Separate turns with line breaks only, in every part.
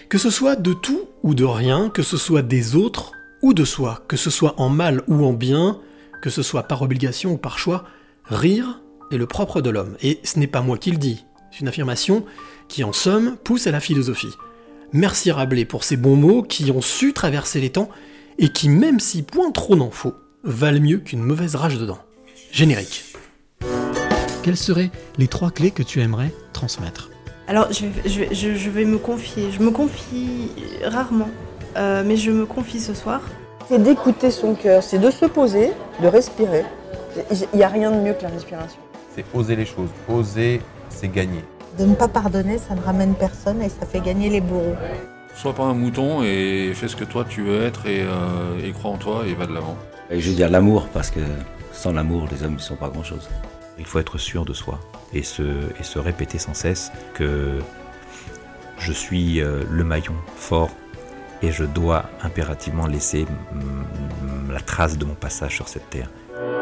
Que ce soit de tout ou de rien, que ce soit des autres ou de soi, que ce soit en mal ou en bien, que ce soit par obligation ou par choix, rire est le propre de l'homme. Et ce n'est pas moi qui le dis, c'est une affirmation qui, en somme, pousse à la philosophie. Merci Rabelais pour ces bons mots qui ont su traverser les temps et qui, même si point trop n'en faut, valent mieux qu'une mauvaise rage dedans. Générique. Quelles seraient les 3 clés que tu aimerais transmettre ?
Alors, je vais me confier. Je me confie rarement, mais je me confie ce soir.
C'est d'écouter son cœur, c'est de se poser, de respirer. Il n'y a rien de mieux que la respiration.
C'est oser les choses. Oser, c'est gagner.
De ne pas pardonner, ça ne ramène personne et ça fait gagner les bourreaux.
Sois pas un mouton et fais ce que toi tu veux être et crois en toi et va de l'avant.
Et je veux dire l'amour, parce que sans l'amour, les hommes ne sont pas grand-chose. Il faut être sûr de soi et se répéter sans cesse que je suis le maillon fort et je dois impérativement laisser la trace de mon passage sur cette terre.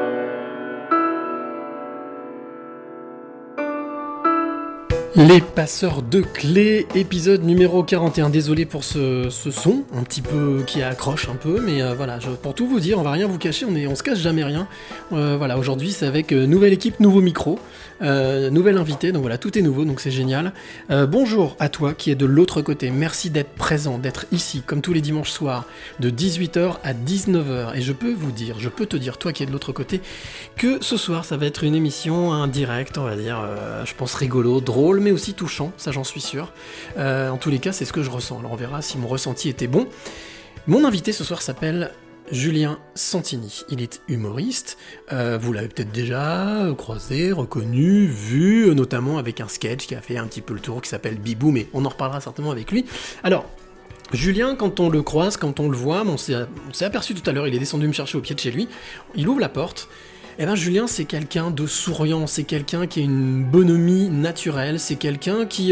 Les passeurs de clés, épisode numéro 41. Désolé pour ce son, un petit peu qui accroche un peu, mais voilà, pour tout vous dire, on va rien vous cacher, on se cache jamais rien. Voilà, aujourd'hui c'est avec nouvelle équipe, nouveau micro, nouvel invité, donc voilà, tout est nouveau, donc c'est génial. Bonjour à toi qui est de l'autre côté, merci d'être présent, d'être ici, comme tous les dimanches soirs, de 18h à 19h, et je peux te dire, toi qui es de l'autre côté, que ce soir ça va être une émission, un direct, on va dire, je pense rigolo, drôle, mais aussi touchant, ça j'en suis sûr. En tous les cas, c'est ce que je ressens. Alors on verra si mon ressenti était bon. Mon invité ce soir s'appelle Julien Santini. Il est humoriste. Vous l'avez peut-être déjà croisé, reconnu, vu, notamment avec un sketch qui a fait un petit peu le tour qui s'appelle Bibou, mais on en reparlera certainement avec lui. Alors, Julien, quand on le croise, quand on le voit, on s'est aperçu tout à l'heure, il est descendu me chercher au pied de chez lui, il ouvre la porte. Eh ben Julien, c'est quelqu'un de souriant, c'est quelqu'un qui a une bonhomie naturelle, c'est quelqu'un qui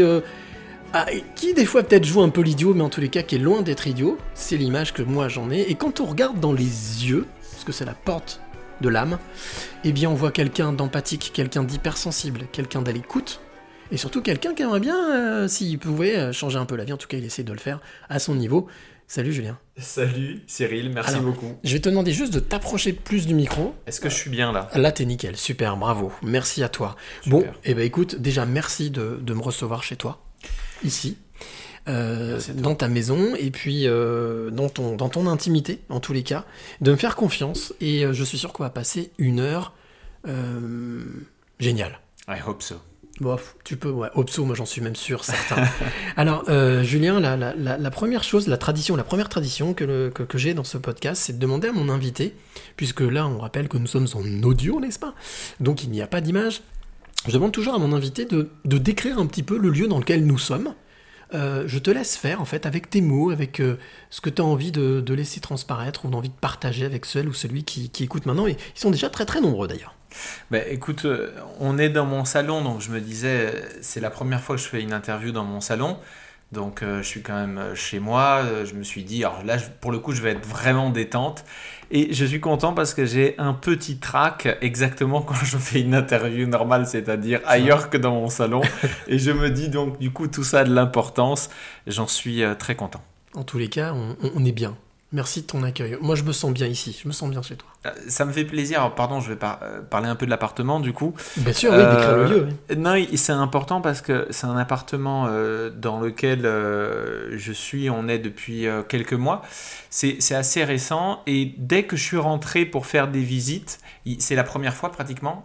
des fois peut-être joue un peu l'idiot, mais en tous les cas qui est loin d'être idiot, c'est l'image que moi j'en ai, et quand on regarde dans les yeux, parce que c'est la porte de l'âme, eh bien on voit quelqu'un d'empathique, quelqu'un d'hypersensible, quelqu'un d'à l'écoute, et surtout quelqu'un qui aimerait bien, s'il pouvait changer un peu la vie, en tout cas il essaie de le faire à son niveau. Salut Julien.
Salut Cyril, merci beaucoup.
Je vais te demander juste de t'approcher plus du micro.
Est-ce que je suis bien là ?
Là t'es nickel, super, bravo, merci à toi. Super. Bon, et ben écoute, déjà merci de me recevoir chez toi, ici, dans ta maison, et puis dans ton intimité, en tous les cas, de me faire confiance, et je suis sûr qu'on va passer une heure géniale.
I hope so.
Bon, tu peux, ouais, Opso, moi j'en suis même sûr, certain. Alors, Julien, la première chose, la première tradition que j'ai dans ce podcast, c'est de demander à mon invité, puisque là on rappelle que nous sommes en audio, n'est-ce pas ? Donc il n'y a pas d'image. Je demande toujours à mon invité de décrire un petit peu le lieu dans lequel nous sommes. Je te laisse faire, en fait, avec tes mots, avec ce que tu as envie de laisser transparaître, ou d'envie de partager avec celle ou celui qui écoute maintenant, et ils sont déjà très très nombreux d'ailleurs.
Bah écoute, on est dans mon salon, donc je me disais, c'est la première fois que je fais une interview dans mon salon, donc je suis quand même chez moi, je me suis dit, alors là pour le coup je vais être vraiment détente, et je suis content parce que j'ai un petit trac exactement quand je fais une interview normale, c'est-à-dire ailleurs que dans mon salon, et je me dis donc du coup tout ça a de l'importance, j'en suis très content.
En tous les cas, on est bien. Merci de ton accueil. Moi, je me sens bien ici. Je me sens bien chez toi.
Ça me fait plaisir. Alors, pardon, je vais parler un peu de l'appartement, du coup.
Bien sûr, oui, décrire le lieu. Oui.
Non, c'est important parce que c'est un appartement dans lequel je suis. On est depuis quelques mois. C'est assez récent. Et dès que je suis rentré pour faire des visites, c'est la première fois pratiquement.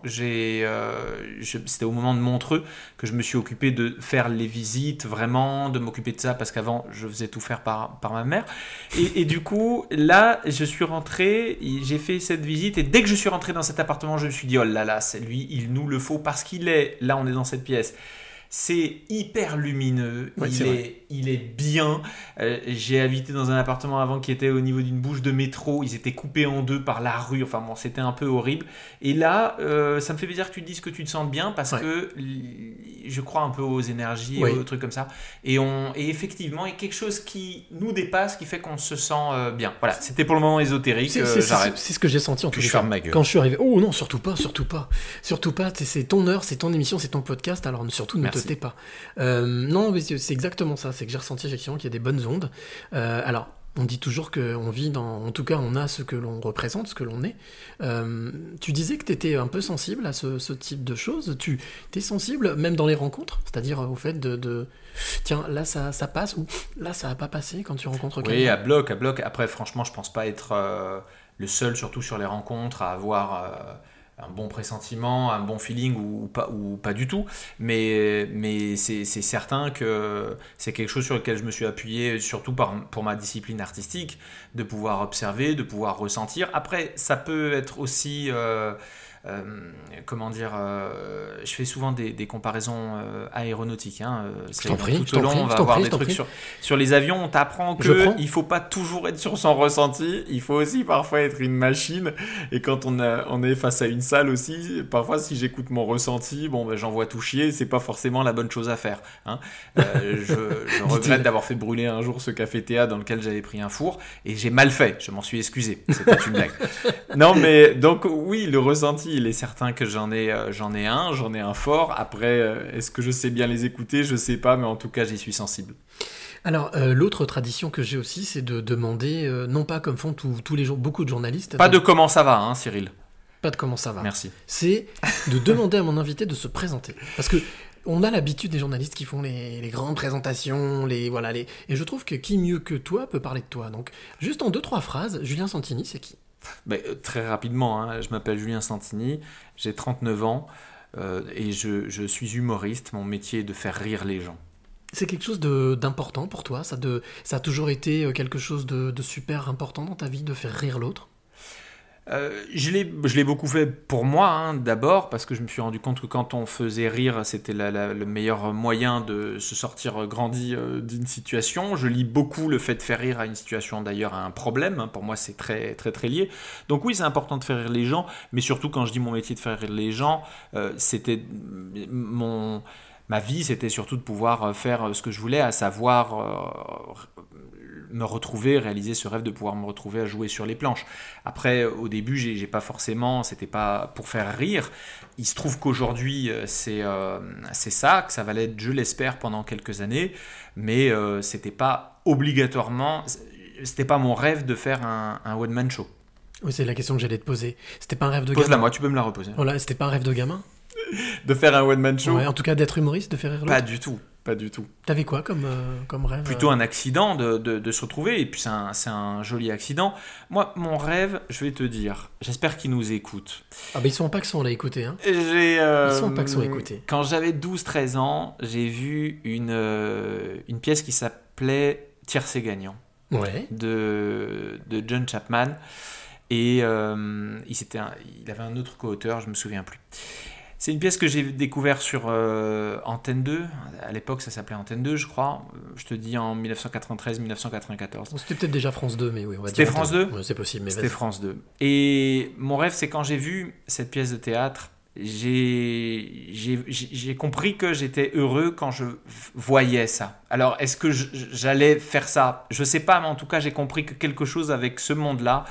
C'était au moment de Montreux que je me suis occupé de faire les visites, vraiment, de m'occuper de ça parce qu'avant, je faisais tout faire par ma mère. Et du coup, là, je suis rentré, j'ai fait cette visite et dès que je suis rentré dans cet appartement, je me suis dit, oh là là, c'est lui, il nous le faut parce qu'il est, là on est dans cette pièce, c'est hyper lumineux,
ouais,
il est bien. J'ai habité dans un appartement avant qui était au niveau d'une bouche de métro, ils étaient coupés en deux par la rue, enfin bon, c'était un peu horrible. Et là, ça me fait plaisir que tu te dises que tu te sens bien parce que je crois un peu aux énergies, aux trucs comme ça. Et effectivement, il y a quelque chose qui nous dépasse, qui fait qu'on se sent bien. Voilà, c'était pour le moment ésotérique, j'arrête.
C'est ce que j'ai senti en tout cas.
Je ferme ma gueule.
Quand je suis arrivé. Oh non, surtout pas. Surtout pas, c'est ton heure, c'est ton émission, c'est ton podcast, alors surtout ne te t'es pas. Non, mais c'est exactement ça. C'est que j'ai ressenti effectivement qu'il y a des bonnes ondes. Alors, on dit toujours qu'on vit dans... En tout cas, on a ce que l'on représente, ce que l'on est. Tu disais que tu étais un peu sensible à ce type de choses. Tu es sensible même dans les rencontres, c'est-à-dire au fait de... Tiens, là ça passe, ou là ça va pas passer quand tu rencontres quelqu'un.
Oui, à bloc. Après, franchement, je pense pas être le seul, surtout sur les rencontres, à avoir un bon pressentiment, un bon feeling ou pas du tout. Mais c'est certain que c'est quelque chose sur lequel je me suis appuyé, surtout pour ma discipline artistique, de pouvoir observer, de pouvoir ressentir. Après, ça peut être aussi... je fais souvent des comparaisons aéronautiques. Tout au long, on va avoir des trucs sur les avions. On t'apprend qu'il ne faut pas toujours être sur son ressenti. Il faut aussi parfois être une machine. Et quand on est face à une salle aussi, parfois si j'écoute mon ressenti, j'envoie tout chier. C'est pas forcément la bonne chose à faire. Je regrette d'avoir fait brûler un jour ce café Théa dans lequel j'avais pris un four. Et j'ai mal fait. Je m'en suis excusé. C'était une blague. Non, mais donc oui, le ressenti, il est certain que j'en ai un fort. Après, est-ce que je sais bien les écouter? Je sais pas, mais en tout cas, j'y suis sensible.
Alors, l'autre tradition que j'ai aussi, c'est de demander, non pas comme font tous les jours beaucoup de journalistes.
Pas de comment ça va, hein, Cyril.
Pas de comment ça va.
Merci.
C'est de demander à mon invité de se présenter. Parce que on a l'habitude des journalistes qui font les grandes présentations, et je trouve que qui mieux que toi peut parler de toi. Donc, juste en 2-3 phrases, Julien Santini, c'est qui?
Très rapidement, je m'appelle Julien Santini, j'ai 39 ans et je suis humoriste. Mon métier est de faire rire les gens.
C'est quelque chose d'important pour toi? Ça a toujours été quelque chose de super important dans ta vie, de faire rire l'autre?
Je l'ai beaucoup fait pour moi, d'abord, parce que je me suis rendu compte que quand on faisait rire, c'était le meilleur moyen de se sortir grandi d'une situation. Je lis beaucoup le fait de faire rire à une situation, d'ailleurs à un problème. Pour moi, c'est très, très, très lié. Donc oui, c'est important de faire rire les gens, mais surtout quand je dis mon métier de faire rire les gens, c'était ma vie, c'était surtout de pouvoir faire ce que je voulais, à savoir... me retrouver, réaliser ce rêve de pouvoir me retrouver à jouer sur les planches. Après, au début, j'ai pas forcément, c'était pas pour faire rire. Il se trouve qu'aujourd'hui, c'est ça, que ça va l'être, je l'espère, pendant quelques années, mais c'était pas obligatoirement, c'était pas mon rêve de faire un one-man show.
Oui, c'est la question que j'allais te poser. C'était pas un rêve de gamin?
Pose-la moi, tu peux me la reposer.
Voilà, c'était pas un rêve de gamin?
De faire un one-man show?
Ouais, en tout cas, d'être humoriste, de faire rire l'autre?
Pas du tout.
T'avais quoi comme rêve?
Plutôt un accident de se retrouver, et puis c'est un joli accident. Moi, mon rêve, je vais te dire, j'espère qu'ils nous écoutent.
Ah ils sont pas que sont là écoutés, hein. Ils sont pas que sont écoutés.
Quand j'avais 12-13 ans, j'ai vu une pièce qui s'appelait Tiercé gagnant, de John Chapman, et il avait un autre co-auteur, je me souviens plus. C'est une pièce que j'ai découverte sur Antenne 2. À l'époque, ça s'appelait Antenne 2, je crois. Je te dis en 1993-1994.
C'était peut-être déjà France 2, mais oui, on va dire.
C'était France 2 ?
Ouais, c'est possible, mais
c'était France 2. Et mon rêve, c'est quand j'ai vu cette pièce de théâtre, j'ai compris que j'étais heureux quand je voyais ça. Alors, est-ce que j'allais faire ça? Je sais pas, mais en tout cas, j'ai compris que quelque chose avec ce monde-là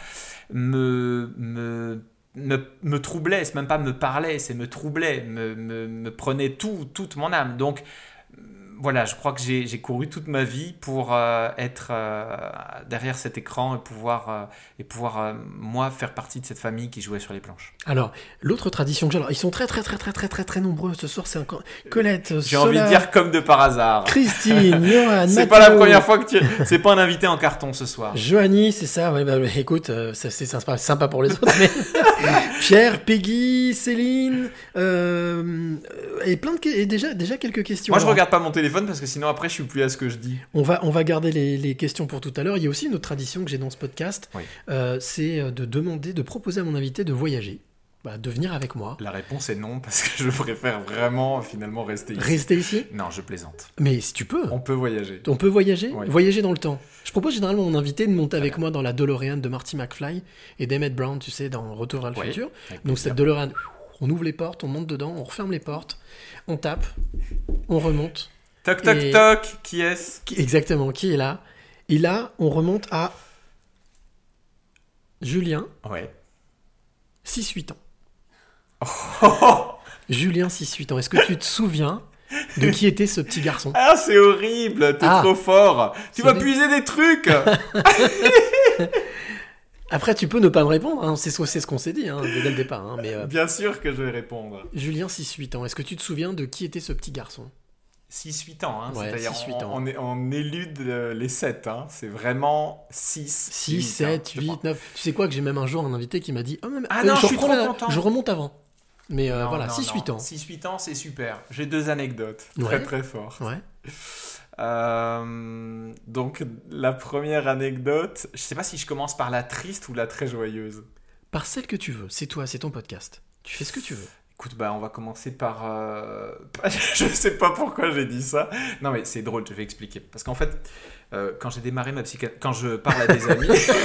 me troublait, c'est même pas me parlait, c'est me troublait, me prenait toute mon âme. Donc voilà, je crois que j'ai couru toute ma vie pour être derrière cet écran et pouvoir moi faire partie de cette famille qui jouait sur les planches.
Alors, l'autre tradition que j'ai, ils sont très très très très très très très nombreux ce soir, c'est encore Colette,
j'ai envie de dire comme de par hasard.
Christine, Johan,
c'est
Mathieu.
pas la première fois que c'est pas un invité en carton ce soir.
Joanie, c'est ça, écoute, c'est sympa pour les autres, mais Pierre, Peggy, Céline, et déjà quelques questions.
Moi, je regarde pas mon téléphone parce que sinon après je suis plus à ce que je dis.
On va garder les questions pour tout à l'heure. Il y a aussi une autre tradition que j'ai dans ce podcast, c'est de proposer à mon invité de voyager, de venir avec moi.
La réponse est non, parce que je préfère vraiment finalement rester ici.
Rester ici ?
Non, je plaisante.
Mais si tu peux.
On peut voyager.
On peut voyager ?
Oui.
Voyager dans le temps. Je propose généralement à mon invité de monter avec moi dans la DeLorean de Marty McFly et d'Emmett Brown, tu sais, dans Retour vers le futur. Donc cette DeLorean, on ouvre les portes, on monte dedans, on referme les portes, on tape, on remonte.
Toc toc toc, qui est-ce ?
Exactement, qui est là ? Et là, on remonte à Julien, 6-8 ans. Julien, 6-8 ans. Est-ce que tu te souviens De qui était ce petit garçon?
Ah, c'est horrible, t'es trop fort. Tu vas puiser des trucs.
Après, tu peux ne pas me répondre, hein. C'est ce qu'on s'est dit dès le départ. Hein. Mais,
Bien sûr que je vais répondre.
Julien, 6-8 ans, est-ce que tu te souviens de qui était ce petit garçon?
6-8 ans, hein.
Ouais,
C'est-à-dire
6-8 ans.
on élude les 7, hein. C'est vraiment 6,
7, 8, 9. Tu sais quoi, que j'ai même un jour un invité qui m'a dit non,
je suis trop content.
Je remonte avant. Mais
Non,
voilà,
non,
6-8
non.
ans.
6-8 ans, c'est super. J'ai 2 anecdotes
Ouais.
très très fortes.
Ouais.
Donc, la première anecdote, je sais pas si je commence par la triste ou la très joyeuse.
Par celle que tu veux, c'est toi, c'est ton podcast. Tu fais ce que tu veux.
Écoute, on va commencer par... je sais pas pourquoi j'ai dit ça. Non, mais c'est drôle, je vais expliquer. Parce qu'en fait, quand j'ai démarré quand je parle à des amis...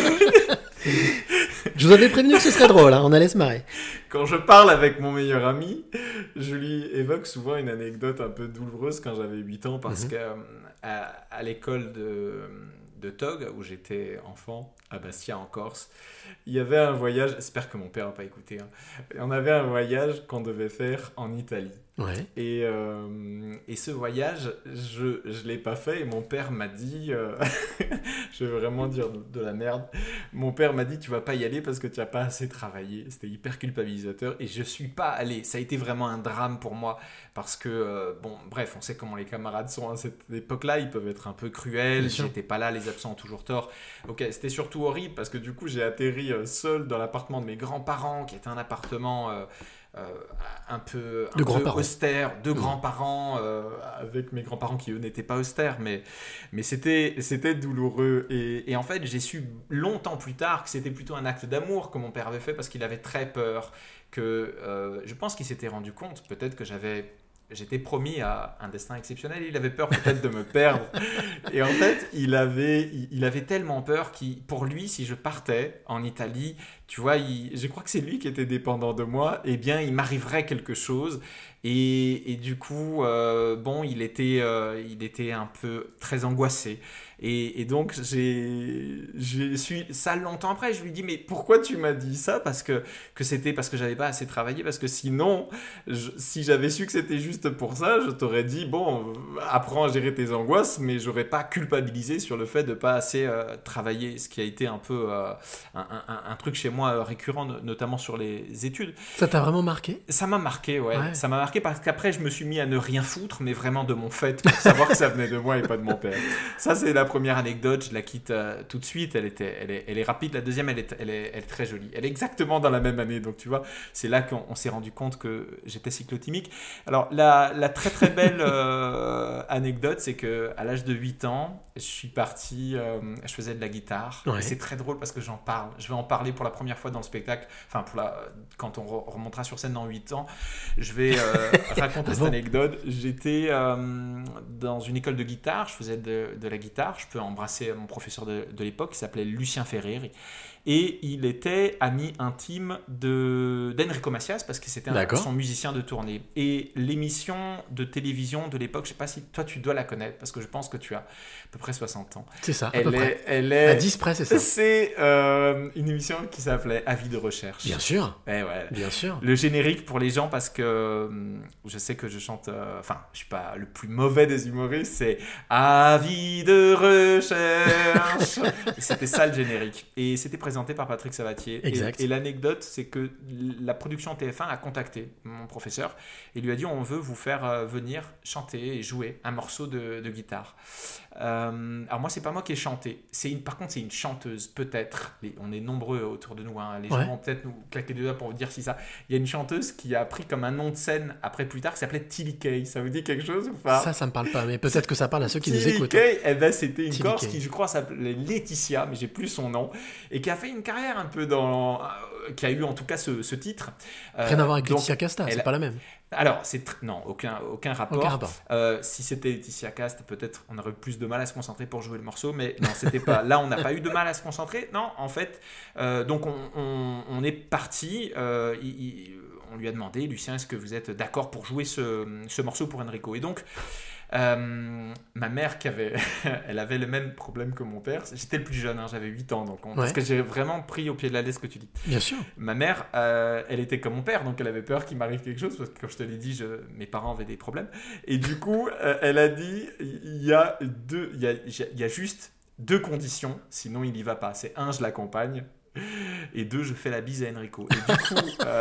Je vous avais prévenu que ce serait drôle, hein, on allait se marrer.
Quand je parle avec mon meilleur ami, je lui évoque souvent une anecdote un peu douloureuse quand j'avais 8 ans, parce que à l'école de Tog, où j'étais enfant, à Bastia en Corse, il y avait un voyage, j'espère que mon père n'a pas écouté, hein. On avait un voyage qu'on devait faire en Italie.
Ouais.
Et ce voyage, je l'ai pas fait, et mon père m'a dit, je vais vraiment dire de la merde, mon père m'a dit tu vas pas y aller parce que tu n'as pas assez travaillé. C'était hyper culpabilisateur et je suis pas allé. Ça a été vraiment un drame pour moi parce que, bref, on sait comment les camarades sont à cette époque-là, ils peuvent être un peu cruels, j'étais pas là, les absents ont toujours tort. Ok, c'était surtout horrible parce que du coup j'ai atterri seul dans l'appartement de mes grands-parents, qui était un appartement... un peu austère, de grands-parents, avec mes grands-parents qui eux n'étaient pas austères, mais c'était douloureux. Et en fait, j'ai su longtemps plus tard que c'était plutôt un acte d'amour que mon père avait fait parce qu'il avait très peur, je pense qu'il s'était rendu compte peut-être que j'étais promis à un destin exceptionnel, il avait peur peut-être de me perdre. Et en fait, il avait tellement peur pour lui, si je partais en Italie, tu vois, je crois que c'est lui qui était dépendant de moi, eh bien, il m'arriverait quelque chose. Et du coup, il était un peu très angoissé. Et donc, je suis ça longtemps après. Je lui dis, mais pourquoi tu m'as dit ça? Parce que c'était parce que j'avais pas assez travaillé. Parce que sinon, si j'avais su que c'était juste pour ça, je t'aurais dit, apprends à gérer tes angoisses, mais j'aurais pas culpabilisé sur le fait de pas assez travailler. Ce qui a été un peu un truc chez moi récurrent, notamment sur les études.
Ça t'a vraiment marqué?
Ça m'a marqué, ouais. Ça m'a marqué parce qu'après, je me suis mis à ne rien foutre, mais vraiment de mon fait, pour savoir que ça venait de moi et pas de mon père. Ça, c'est la première anecdote, je la quitte tout de suite. Elle est rapide. La deuxième, elle est très jolie. Elle est exactement dans la même année, donc tu vois, c'est là qu'on s'est rendu compte que j'étais cyclotimique. Alors, la très très belle anecdote, c'est qu'à l'âge de 8 ans, je suis parti, je faisais de la guitare.
Ouais.
Et c'est très drôle parce que j'en parle. Je vais en parler pour la première fois dans le spectacle, quand on remontera sur scène dans 8 ans. Je vais raconter cette anecdote. J'étais dans une école de guitare, je faisais de la guitare. Je peux embrasser mon professeur de l'époque qui s'appelait Lucien Ferrer. Et il était ami intime d'Enrico Macias parce que c'était son musicien de tournée. Et l'émission de télévision de l'époque, je ne sais pas si toi tu dois la connaître parce que je pense que tu as à peu près 60 ans.
C'est ça,
Elle est
à 10 près, c'est ça.
C'est une émission qui s'appelait Avis de recherche.
Bien sûr.
Et ouais.
Bien sûr.
Le générique pour les gens, parce que je sais que je chante, je suis pas le plus mauvais des humoristes, c'est Avis de recherche. C'était ça le générique. Et c'était présenté par Patrick Sabatier.
Exact.
Et l'anecdote, c'est que la production TF1 a contacté mon professeur et lui a dit on veut vous faire venir chanter et jouer un morceau de guitare. Alors moi, c'est pas moi qui ai chanté. Par contre, c'est une chanteuse, peut-être. On est nombreux autour de nous. Hein. Les gens vont peut-être nous claquer des doigts pour vous dire si ça. Il y a une chanteuse qui a pris comme un nom de scène après plus tard qui s'appelait Tilly Kay. Ça vous dit quelque chose ou pas?
Ça me parle pas, mais peut-être que ça parle à ceux qui nous écoutent.
Tilly Kay, c'était une Corse qui, je crois, s'appelait Laetitia, mais j'ai plus son nom, et qui a fait une carrière un peu qui a eu en tout cas ce titre.
Rien à voir avec Laetitia Casta, c'est pas la même.
Alors, non, aucun rapport. Si c'était Laetitia Casta, peut-être on aurait eu plus de mal à se concentrer pour jouer le morceau, mais non, c'était pas. Là, on n'a pas eu de mal à se concentrer. Non, en fait, donc on est parti. On lui a demandé, Lucien, est-ce que vous êtes d'accord pour jouer ce morceau pour Enrico? Et donc, Ma mère, elle avait le même problème que mon père. J'étais le plus jeune, hein, j'avais 8 ans. Parce que j'ai vraiment pris au pied de la lettre ce que tu dis.
Bien sûr.
Ma mère, elle était comme mon père, donc elle avait peur qu'il m'arrive quelque chose, parce que comme je te l'ai dit, mes parents avaient des problèmes. Et du coup, elle a dit, il y a juste 2 conditions, sinon il n'y va pas. C'est 1, je l'accompagne. Et 2, je fais la bise à Enrico. Et du coup,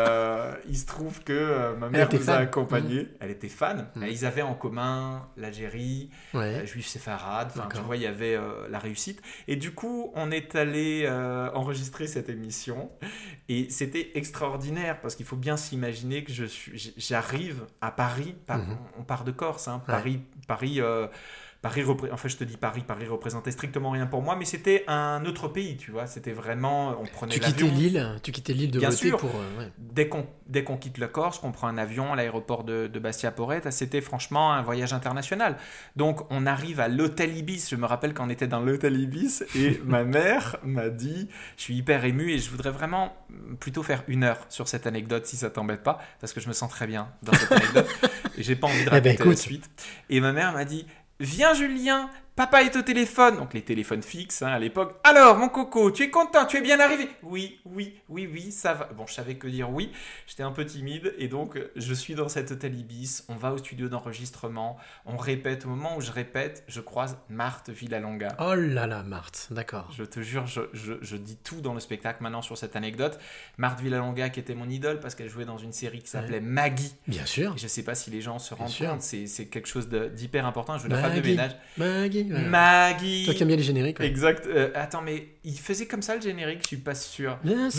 il se trouve que ma mère nous a accompagnés. Elle était fan. Ils avaient en commun l'Algérie, juif séfarade. Enfin, tu vois, il y avait la réussite. Et du coup, on est allé enregistrer cette émission. Et c'était extraordinaire parce qu'il faut bien s'imaginer que j'arrive à Paris. On part de Corse, hein, Paris. Enfin, je te dis Paris représentait strictement rien pour moi, mais c'était un autre pays, tu vois. C'était vraiment, on prenait l'avion.
Tu quittais l'île de
Bien
beauté
sûr.
pour.
Dès qu'on quitte le Corse, qu'on prend un avion à l'aéroport de Bastia-Porrette, c'était franchement un voyage international. Donc, on arrive à l'hôtel Ibis. Je me rappelle quand on était dans l'hôtel Ibis et ma mère m'a dit, je suis hyper ému et je voudrais vraiment plutôt faire 1 heure sur cette anecdote si ça t'embête pas, parce que je me sens très bien dans cette anecdote et j'ai pas envie de raconter la suite. Et ma mère m'a dit, viens Julien, papa est au téléphone. Donc les téléphones fixes à l'époque. Alors mon coco, tu es content, tu es bien arrivé? Oui, ça va. Bon, je savais que dire oui. J'étais un peu timide et donc je suis dans cet hôtel Ibis. On va au studio d'enregistrement. On répète. Au moment où je répète, je croise Marthe Villalonga.
Oh là là, Marthe, d'accord.
Je te jure, je dis tout dans le spectacle maintenant sur cette anecdote. Marthe Villalonga qui était mon idole parce qu'elle jouait dans une série qui s'appelait Maggie.
Bien sûr.
Et je sais pas si les gens se rendent
sûr.
compte. C'est quelque chose d'hyper important. Je veux la femme de ménage.
Maggie. Toi qui aimes bien les génériques. Ouais.
Exact. Attends, mais il faisait comme ça le générique, je suis pas sûr.
Merci,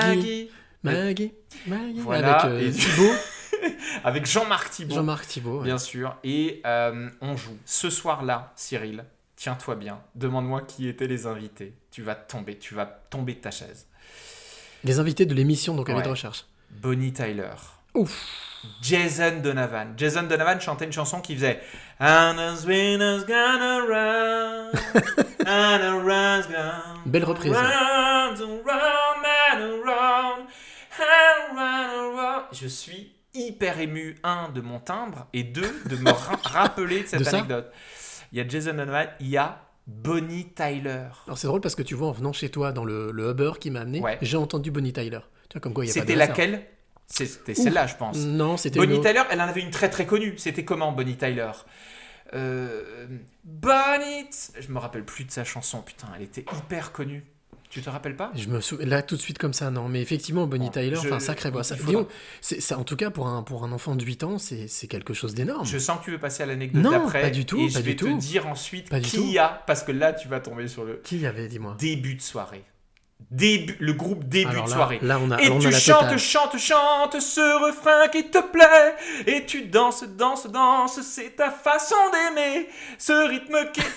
Maggie.
Voilà.
Avec Thibaut.
Avec Jean-Marc Thibaut.
Jean-Marc Thibaut, ouais.
Bien sûr. Et on joue. Ce soir-là, Cyril, tiens-toi bien. Demande-moi qui étaient les invités. Tu vas tomber de ta chaise.
Les invités de l'émission, donc avec de recherche.
Bonnie Tyler.
Ouf.
Jason Donovan. Jason Donovan chantait une chanson qui faisait And the winners gonna run, and the run's gonna
belle reprise.
Je suis hyper ému, 1, de mon timbre, et 2, de me rappeler de cette anecdote. Il y a Jason Donovan, il y a Bonnie Tyler.
Alors c'est drôle parce que tu vois, en venant chez toi dans le Uber qui m'a amené, j'ai entendu Bonnie Tyler. Tu vois, comme quoi, il y a
C'était
pas de
laquelle? C'était celle-là, je pense.
Non, c'était
Bonnie Tyler, elle en avait une très très connue. C'était comment, Bonnie Tyler? Bonnie... Je me rappelle plus de sa chanson. Putain, elle était hyper connue. Tu te rappelles pas?
Je me souviens là tout de suite comme ça, non. Mais effectivement, Bonnie Tyler, sacrée voix. Ça, en tout cas, pour un enfant de 8 ans, c'est quelque chose d'énorme.
Je sens que tu veux passer à l'anecdote d'après.
Non, pas du tout.
Et je vais te dire ensuite qui y a, parce que là, tu vas tomber sur le...
Qui y avait, dis-moi?
Début de soirée. Le groupe Début de soirée.
Là, on a,
et
on
tu
a la
chantes
totale.
ce refrain qui te plaît. Et tu danses, c'est ta façon d'aimer. Ce rythme qui...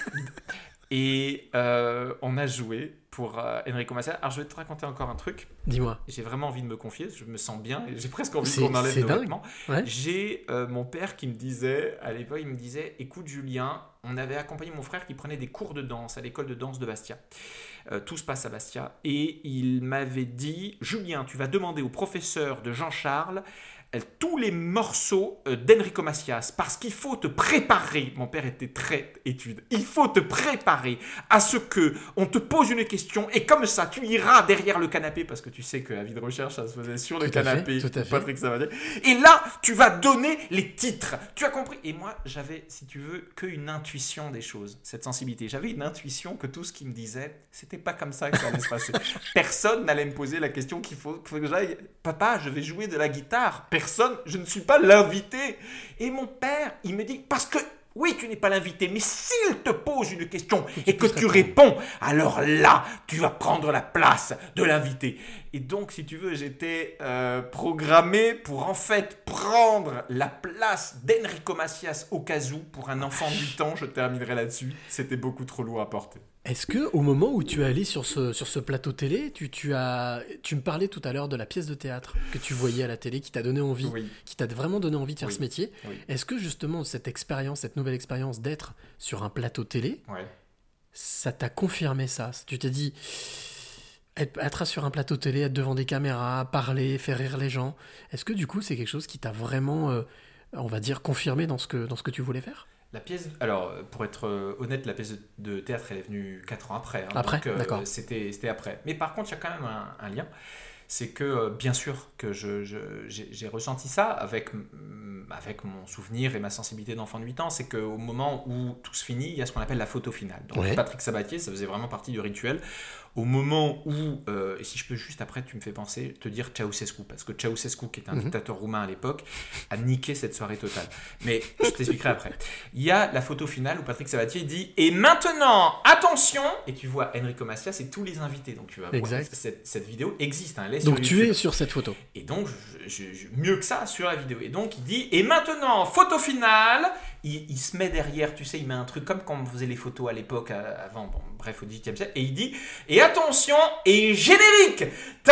Et on a joué pour Enrico Macias. Alors, je vais te raconter encore un truc.
Dis-moi.
J'ai vraiment envie de me confier. Je me sens bien. J'ai presque envie qu'on enlève nos vêtements.
Ouais.
J'ai mon père qui me disait, à l'époque, il me disait, écoute Julien, on avait accompagné mon frère qui prenait des cours de danse à l'école de danse de Bastia. Tout se passe à Bastia. Et il m'avait dit, Julien, tu vas demander au professeur de Jean-Charles tous les morceaux d'Enrico Macias, parce qu'il faut te préparer. Mon père était très étude. Il faut te préparer à ce que on te pose une question et comme ça, tu iras derrière le canapé, parce que tu sais que la vie de recherche, ça se faisait sur le canapé.
Tout à fait.
Patrick Savanier. Et là, tu vas donner les titres. Tu as compris? Et moi, j'avais, si tu veux, qu'une intuition des choses, cette sensibilité. J'avais une intuition que tout ce qu'il me disait, c'était pas comme ça que ça allait se passer. Personne n'allait me poser la question qu'il faut que j'aille. Papa, je vais jouer de la guitare. Personne, je ne suis pas l'invité. Et mon père, il me dit, parce que oui, tu n'es pas l'invité, mais s'il te pose une question et que tu réponds, alors là, tu vas prendre la place de l'invité. Et donc, si tu veux, j'étais programmé pour en fait prendre la place d'Enrico Macias au cas où, pour un enfant de 8 ans, je terminerai là-dessus. C'était beaucoup trop lourd à porter.
Est-ce que au moment où tu es allé sur ce plateau télé, tu me parlais tout à l'heure de la pièce de théâtre que tu voyais à la télé, qui t'a donné envie, qui t'a vraiment donné envie de faire ce métier. Oui. Est-ce que justement cette nouvelle expérience d'être sur un plateau télé, ça t'a confirmé ça? Tu t'es dit, être sur un plateau télé, être devant des caméras, parler, faire rire les gens, est-ce que du coup c'est quelque chose qui t'a vraiment, on va dire, confirmé dans ce que tu voulais faire?
La pièce, alors pour être honnête, la pièce de théâtre elle est venue 4 ans après.
Après,
donc,
d'accord.
C'était après. Mais par contre, il y a quand même un lien. C'est que bien sûr que j'ai ressenti ça avec mon souvenir et ma sensibilité d'enfant de 8 ans. C'est qu'au moment où tout se finit, il y a ce qu'on appelle la photo finale. Donc Patrick Sabatier, ça faisait vraiment partie du rituel. Au moment où, et si je peux juste après, tu me fais penser, te dire Ceausescu, parce que Ceausescu, qui était un dictateur roumain à l'époque, a niqué cette soirée totale. Mais je t'expliquerai après. Il y a la photo finale où Patrick Sabatier dit « Et maintenant, attention !» Et tu vois Enrico Macias et tous les invités. Donc tu vas voir, cette vidéo existe, hein, elle est
Donc
sur
tu
YouTube.
es sur cette photo.
Et donc, mieux que ça, sur la vidéo. Et donc, il dit « Et maintenant, photo finale !» Il se met derrière, tu sais, il met un truc comme quand on faisait les photos à l'époque, avant, bon, bref, au XVIIIe siècle, et il dit « Et attention, et générique !»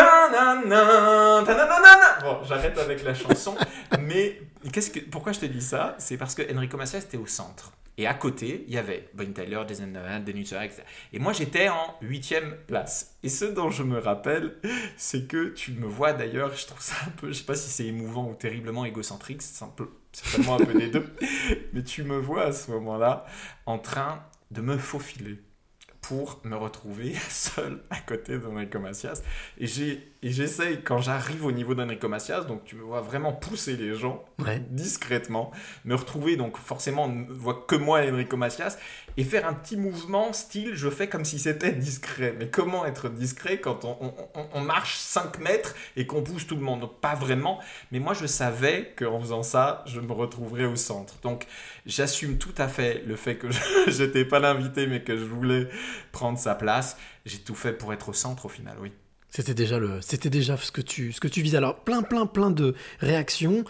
Ta-na-na, ta-na-na-na. Bon, j'arrête avec la chanson, mais pourquoi je te dis ça ? C'est parce que Enrico Macias était au centre. Et à côté, il y avait Bonnie Tyler, Jason Nolan, Denis Suarez, etc. Et moi, j'étais en 8e place. Et ce dont je me rappelle, c'est que tu me vois d'ailleurs, je trouve ça un peu, je sais pas si c'est émouvant ou terriblement égocentrique, c'est certainement un peu des deux, mais tu me vois à ce moment-là en train de me faufiler pour me retrouver seul à côté d'Enrico Macias. Et j'essaye, quand j'arrive au niveau d'Enrico Macias, donc tu me vois vraiment pousser les gens discrètement, me retrouver, donc forcément on ne voit que moi et Enrico Macias, et faire un petit mouvement style, je fais comme si c'était discret. Mais comment être discret quand on marche 5 mètres et qu'on pousse tout le monde ? Donc pas vraiment, mais moi je savais qu'en faisant ça, je me retrouverais au centre. Donc j'assume tout à fait le fait que je n'étais pas l'invité, mais que je voulais prendre sa place. J'ai tout fait pour être au centre au final, oui.
C'était déjà ce que tu visais. Alors plein de réactions.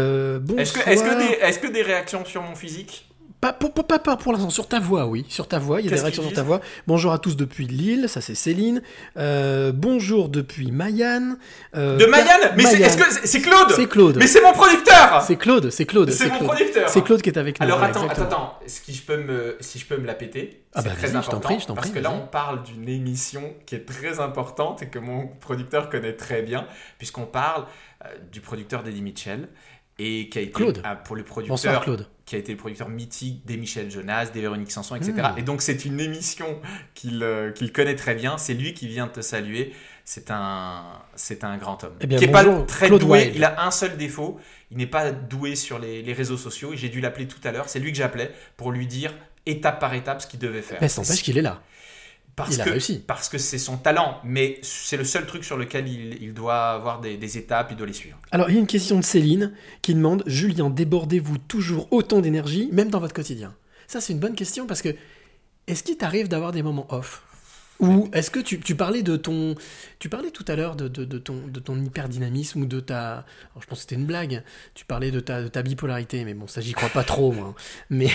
Est-ce que des réactions sur mon physique ?
Pas pour l'instant, sur ta voix, oui. Sur ta voix, il y a des réactions sur ta voix. Bonjour à tous depuis Lille, ça c'est Céline. Bonjour depuis Mayanne.
Mayanne ? Mais
Mayanne.
Est-ce que c'est Claude ?
C'est Claude.
Mais c'est mon producteur !
C'est Claude.
C'est mon producteur.
C'est Claude qui est avec nous.
Alors
voilà,
attends, si je peux me la péter, c'est très important.
Je t'en prie,
parce que là, on parle d'une émission qui est très importante et que mon producteur connaît très bien, puisqu'on parle du producteur d'Eddie Mitchell. Et qui a été
Claude.
Pour le producteur,
Bonsoir, Claude.
Qui a été le producteur mythique des Michel Jonas, des Véronique Sanson, etc. Et donc c'est une émission qu'il connaît très bien. C'est lui qui vient te saluer. C'est un grand homme.
Eh bien,
qui n'est pas très
Claude
doué.
Wild.
Il a un seul défaut. Il n'est pas doué sur les réseaux sociaux. Et j'ai dû l'appeler tout à l'heure. C'est lui que j'appelais pour lui dire étape par étape ce qu'il devait faire.
Mais ça n'empêche qu'il est là. Il a réussi.
Parce que c'est son talent, mais c'est le seul truc sur lequel il doit avoir des étapes, il doit les suivre.
Alors, il y a une question de Céline qui demande « Julien, débordez-vous toujours autant d'énergie, même dans votre quotidien ?» Ça, c'est une bonne question parce que est-ce qu'il t'arrive d'avoir des moments off ? Ou est-ce que tu parlais tu parlais tout à l'heure de ton hyperdynamisme ou de ta... Alors, je pense que c'était une blague. Tu parlais de ta bipolarité, mais bon, ça, j'y crois pas trop, moi. Mais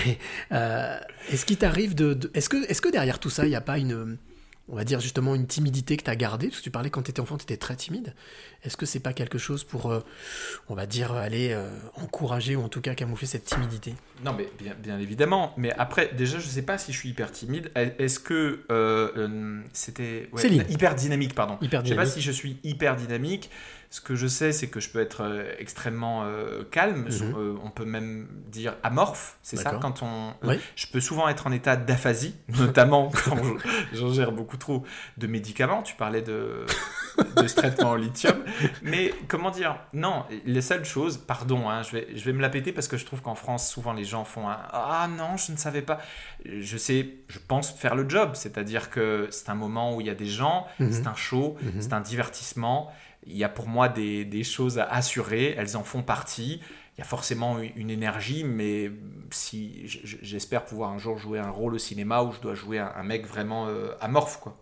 est-ce qu'il t'arrive est-ce que derrière tout ça, il n'y a pas on va dire justement une timidité que tu as gardée ? Parce que tu parlais quand tu étais enfant, tu étais très timide. Est-ce que c'est pas quelque chose pour, on va dire, aller encourager ou en tout cas camoufler cette timidité ?
Non, mais bien évidemment. Mais après, déjà, je sais pas si je suis hyper timide. Est-ce que c'était... Ouais,
Céline.
Hyper dynamique, pardon.
Hyper
Je sais pas
dynamique.
si je suis hyper dynamique. Ce que je sais, c'est que je peux être extrêmement calme. On peut même dire amorphe. C'est ça,
D'accord.
quand
Oui.
je peux souvent être en état d'aphasie, notamment quand j'ingère beaucoup trop de médicaments. Tu parlais de ce traitement au lithium. Mais comment dire ? Non, les seules choses, pardon, hein, je vais me la péter parce que je trouve qu'en France, souvent les gens font un « Ah non, je ne savais pas ». Je pense faire le job. C'est-à-dire que c'est un moment où il y a des gens, c'est un show, c'est un divertissement. Il y a pour moi des choses à assurer, elles en font partie. Il y a forcément une énergie, mais si j'espère pouvoir un jour jouer un rôle au cinéma où je dois jouer un mec vraiment amorphe, quoi.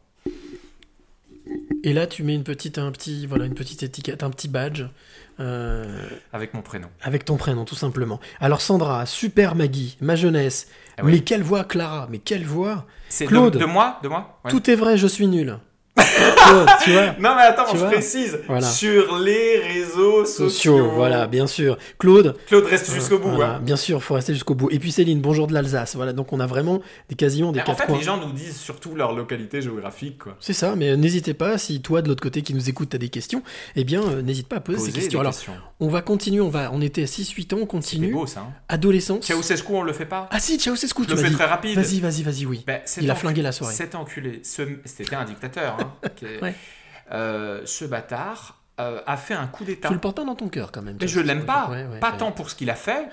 Et là, tu mets une petite étiquette, un petit badge.
Avec mon prénom.
Avec ton prénom, tout simplement. Alors Sandra, super Maggie, ma jeunesse.
Ah oui.
Mais quelle voix, Clara, mais quelle voix.
C'est
Claude.
de moi ouais.
Tout est vrai, je suis nul. Claude, tu vois.
Non mais attends,
Tu
je
vois
précise.
Voilà.
Sur les réseaux sociaux.
Voilà, bien sûr. Claude.
Claude reste jusqu'au bout.
Voilà,
hein.
bien sûr, faut rester jusqu'au bout. Et puis Céline, bonjour de l'Alsace. Voilà, donc on a vraiment quasiment des
Mais en
quatre
fait,
coins.
les gens nous disent surtout leur localité géographique, quoi.
C'est ça, mais n'hésitez pas, si toi de l'autre côté qui nous écoute, t'as des questions, eh bien n'hésite pas à poser ces
Posez
questions.
des
Alors,
questions.
on va continuer, on était à 6-8 ans, on
C'était
continue.
beau ça. Hein.
Adolescence.
Ceausescu, on le fait pas.
Ah si, Ceausescu,
Je
tu
le
m'as
fais
dit.
très rapide.
Vas-y, oui.
Ben,
Il a flingué la soirée.
Cet enculé, c'était un dictateur. Hein,
Ouais.
Ce bâtard a fait un coup d'État.
Tu le portes pas dans ton cœur quand même.
Mais je l'aime pas.
Ouais,
Pas
ouais.
tant pour ce qu'il a fait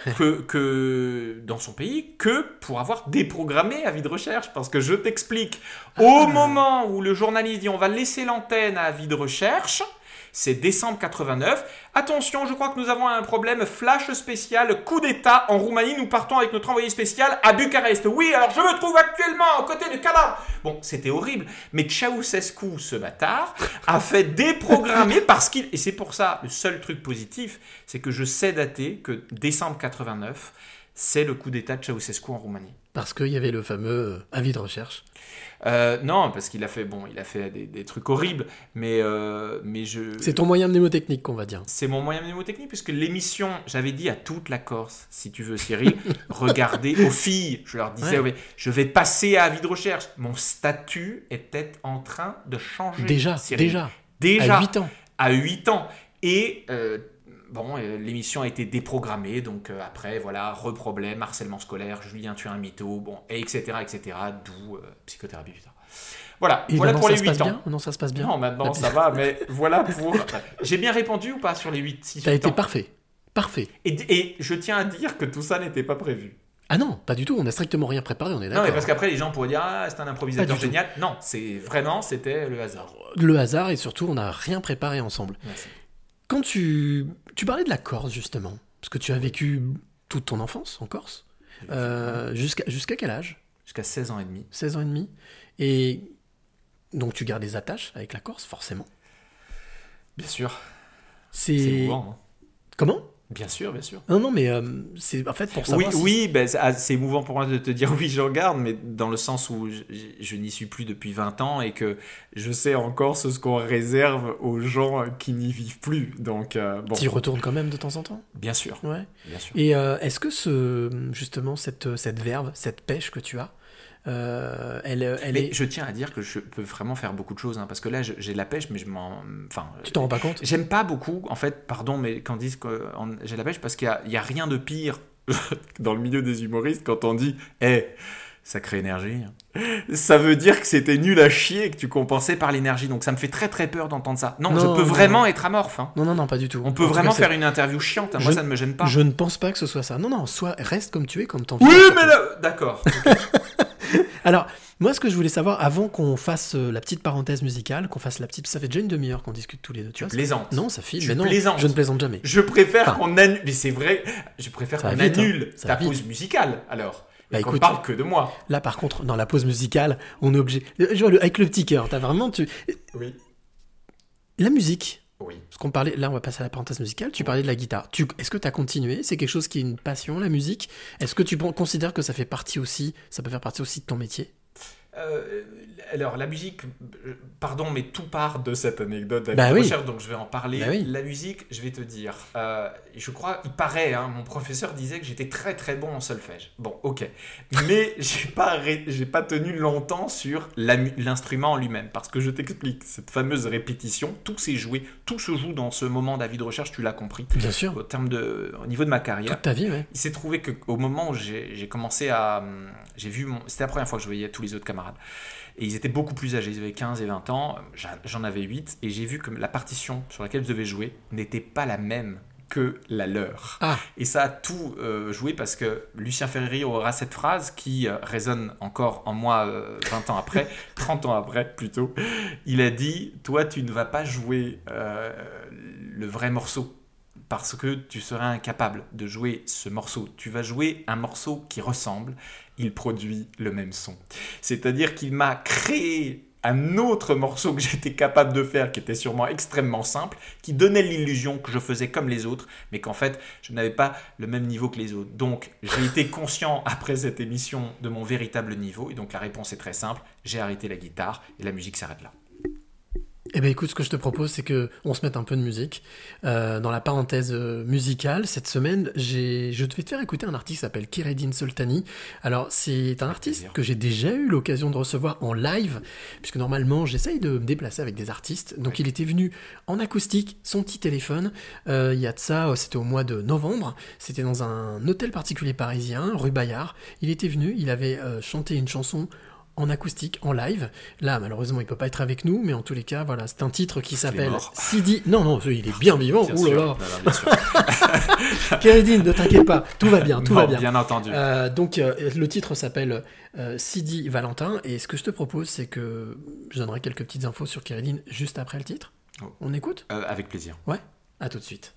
que dans son pays, que pour avoir déprogrammé Avis de recherche. Parce que je t'explique, au moment où le journaliste dit on va laisser l'antenne à Avis de recherche, c'est décembre 89. Attention, je crois que nous avons un problème flash spécial, coup d'État en Roumanie. Nous partons avec notre envoyé spécial à Bucarest. Oui, alors je me trouve actuellement aux côtés de Cala. Bon, c'était horrible. Mais Ceausescu, ce bâtard, a fait déprogrammer parce qu'il... Et c'est pour ça, le seul truc positif, c'est que je sais dater que décembre 89, c'est le coup d'État de Ceausescu en Roumanie.
Parce qu'il y avait le fameux avis de recherche.
Non, parce qu'il a fait, des trucs horribles, mais je...
C'est ton moyen mnémotechnique qu'on va dire.
C'est mon moyen mnémotechnique, puisque l'émission, j'avais dit à toute la Corse, si tu veux Cyril, regardez aux filles, je leur disais,
Ouais.
ouais, je vais passer à Avis de recherche. Mon statut était en train de changer.
Déjà.
Déjà.
À 8 ans.
À 8 ans. Et l'émission a été déprogrammée, donc après, voilà, reproblème, harcèlement scolaire, Julien tu es un mytho, bon, et etc., d'où psychothérapie plus tard. Voilà,
Et
voilà
maintenant,
pour
ça
les
se
8
passe
ans.
bien Non, ça se passe bien.
Non, maintenant ça va, mais voilà pour... J'ai bien répondu ou pas sur les 8-6
T'as été
ans
parfait.
Et je tiens à dire que tout ça n'était pas prévu.
Ah non, pas du tout, on n'a strictement rien préparé, on est
Non,
d'accord.
mais parce qu'après les gens pourraient dire « Ah, c'est un
Pas
improvisateur
du tout.
génial ». Non, c'était le hasard.
Le hasard, et surtout, on n'a rien préparé ensemble.
Merci.
Quand tu parlais de la Corse, justement, parce que tu as vécu toute ton enfance en Corse, jusqu'à quel âge
Jusqu'à 16 ans et demi.
16 ans et demi. Et donc tu gardes des attaches avec la Corse, forcément.
Bien sûr.
C'est
émouvant. Hein.
Comment
Bien sûr, bien sûr.
Non, mais c'est en fait pour savoir
C'est émouvant pour moi de te dire oui, j'en garde, mais dans le sens où je n'y suis plus depuis 20 ans et que je sais encore ce qu'on réserve aux gens qui n'y vivent plus. Donc, bon.
Tu y retournes quand même de temps en temps.
Bien sûr.
Ouais.
Bien sûr.
Et est-ce que justement cette verve, cette pêche que tu as,
Mais je tiens à dire que je peux vraiment faire beaucoup de choses, hein, parce que là j'ai de la pêche, mais
tu t'en rends pas compte?
J'aime pas beaucoup, en fait, pardon, mais quand on dit que j'ai de la pêche, parce qu'il y a rien de pire dans le milieu des humoristes quand on dit sacrée énergie. Ça veut dire que c'était nul à chier et que tu compensais par l'énergie. Donc ça me fait très très peur d'entendre ça. Non, je peux vraiment être amorphe. Hein.
Non, pas du tout.
On peut vraiment faire une interview chiante. Moi, ça ne me gêne pas.
Je ne pense pas que ce soit ça. Non, reste comme tu es, comme t'en
Oui, mais là... D'accord. Okay.
Alors, moi, ce que je voulais savoir, avant qu'on fasse la petite parenthèse musicale, qu'on fasse la petite... Ça fait déjà une demi-heure qu'on discute tous les deux.
Tu plaisantes.
Non, ça file.
Tu
mais non,
plaisantes.
je ne plaisante jamais.
Je préfère qu'on annule... Mais c'est vrai, je préfère qu'on annule ta pause musicale, alors. Bah, écoute, on parle que de moi.
Là, par contre, dans la pause musicale, on est obligé... Je vois, avec le petit cœur, t'as vraiment...
Oui.
La musique.
Oui.
Parce qu'on parlait... Là, on va passer à la parenthèse musicale. Tu parlais de la guitare. Est-ce que tu as continué? C'est quelque chose qui est une passion, la musique? Est-ce que tu considères que ça fait partie aussi... Ça peut faire partie aussi de ton métier?
Alors, la musique, pardon, mais tout part de cette anecdote recherche, donc je vais en parler.
Oui.
La musique, je vais te dire, je crois, il paraît, hein, mon professeur disait que j'étais très très bon en solfège. Bon, ok, mais j'ai pas tenu longtemps sur l'instrument en lui-même, parce que je t'explique, cette fameuse répétition, tout se joue dans ce moment d'avis de recherche, tu l'as compris.
Bien sûr.
Au niveau de ma carrière.
Toute ta vie, ouais.
Il s'est trouvé qu'au moment où j'ai commencé à... C'était la première fois que je voyais tous les autres camarades. Et ils étaient beaucoup plus âgés, ils avaient 15 et 20 ans, j'en avais 8, et j'ai vu que la partition sur laquelle je devais jouer n'était pas la même que la leur.
Ah.
Et ça a tout joué parce que Lucien Ferreri aura cette phrase qui résonne encore en moi 20 ans après, 30 ans après plutôt. Il a dit « Toi, tu ne vas pas jouer le vrai morceau. Parce que tu serais incapable de jouer ce morceau. Tu vas jouer un morceau qui ressemble, il produit le même son. » C'est-à-dire qu'il m'a créé un autre morceau que j'étais capable de faire, qui était sûrement extrêmement simple, qui donnait l'illusion que je faisais comme les autres, mais qu'en fait, je n'avais pas le même niveau que les autres. Donc, j'ai été conscient après cette émission de mon véritable niveau, et donc la réponse est très simple, j'ai arrêté la guitare, et la musique s'arrête là.
Eh ben écoute, ce que je te propose, c'est que on se mette un peu de musique. Dans la parenthèse musicale, cette semaine, je vais te faire écouter un artiste qui s'appelle Keredine Soltani. Alors, c'est un artiste que j'ai déjà eu l'occasion de recevoir en live, puisque normalement, j'essaye de me déplacer avec des artistes. Donc, il était venu en acoustique, son petit téléphone. Il y a de ça, c'était au mois de novembre. C'était dans un hôtel particulier parisien, rue Bayard. Il était venu, il avait chanté une chanson en acoustique, en live. Là, malheureusement, il peut pas être avec nous, mais en tous les cas, voilà, c'est un titre qui s'appelle Sidi. Non, il est bien vivant. Ouh là là.
Bien sûr.
Keredine, ne t'inquiète pas, tout va bien, tout va bien.
Bien entendu.
Donc, le titre s'appelle Sidi Valentin, et ce que je te propose, c'est que je donnerai quelques petites infos sur Keredine juste après le titre.
Oh.
On écoute ?
Avec plaisir.
Ouais, à tout de suite.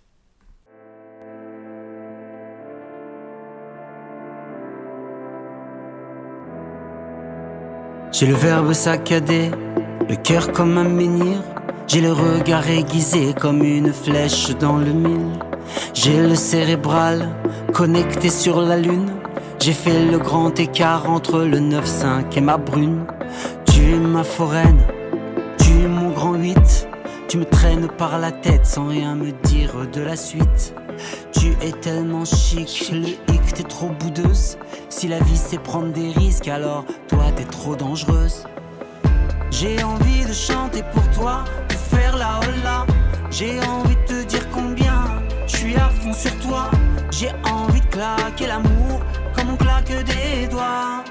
J'ai le verbe saccadé, le cœur comme un menhir. J'ai le regard aiguisé comme une flèche dans le mille. J'ai le cérébral connecté sur la lune. J'ai fait le grand écart entre le 9-5 et ma brune. Tu es ma foraine, tu es mon grand 8. Tu me traînes par la tête sans rien me dire de la suite. Tu es tellement chic, le hic, t'es trop boudeuse. Si la vie c'est prendre des risques, alors toi t'es trop dangereuse. J'ai envie de chanter pour toi, de faire la hola. J'ai envie de te dire combien je suis à fond sur toi. J'ai envie de claquer l'amour comme on claque des doigts.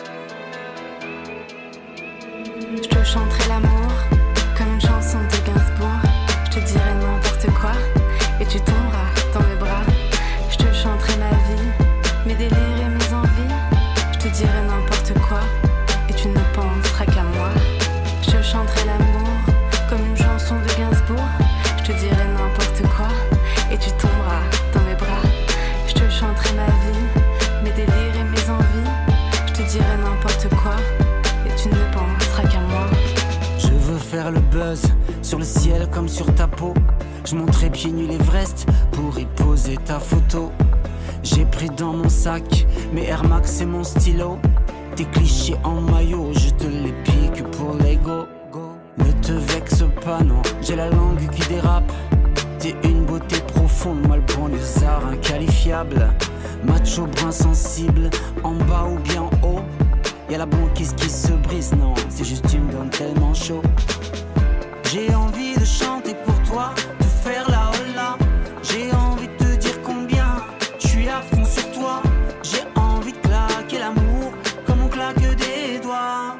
Je te chanterai l'amour comme une chanson de Gainsbourg. Je te dirai n'importe quoi et tu tomberas dans mes bras. Je te chanterai ma vie, mes délires et mes envies. Je te dirai n'importe quoi et tu ne penseras qu'à moi. Je te chanterai l'amour comme une chanson de Gainsbourg. Je te dirai n'importe quoi et tu tomberas dans mes bras. Je te chanterai ma vie, mes délires et mes envies. Je te dirai n'importe quoi et tu ne penseras qu'à moi.
Je veux faire le buzz sur le ciel comme sur ta peau. Je monterai pieds nus l'Everest pour y poser ta photo. J'ai pris dans mon sac mes Air Max et mon stylo. Tes clichés en maillot, je te les pique pour l'ego. Ne te vexe pas, non, j'ai la langue qui dérape. T'es une beauté profonde, moi le bon lézard inqualifiable. Macho brun sensible, en bas ou bien en haut. Y'a la banquise qui se brise, non, c'est juste tu me donnes tellement chaud. J'ai envie de chanter pour toi, de faire la hola. J'ai envie de te dire combien je suis à fond sur toi. J'ai envie de claquer l'amour comme on claque des doigts.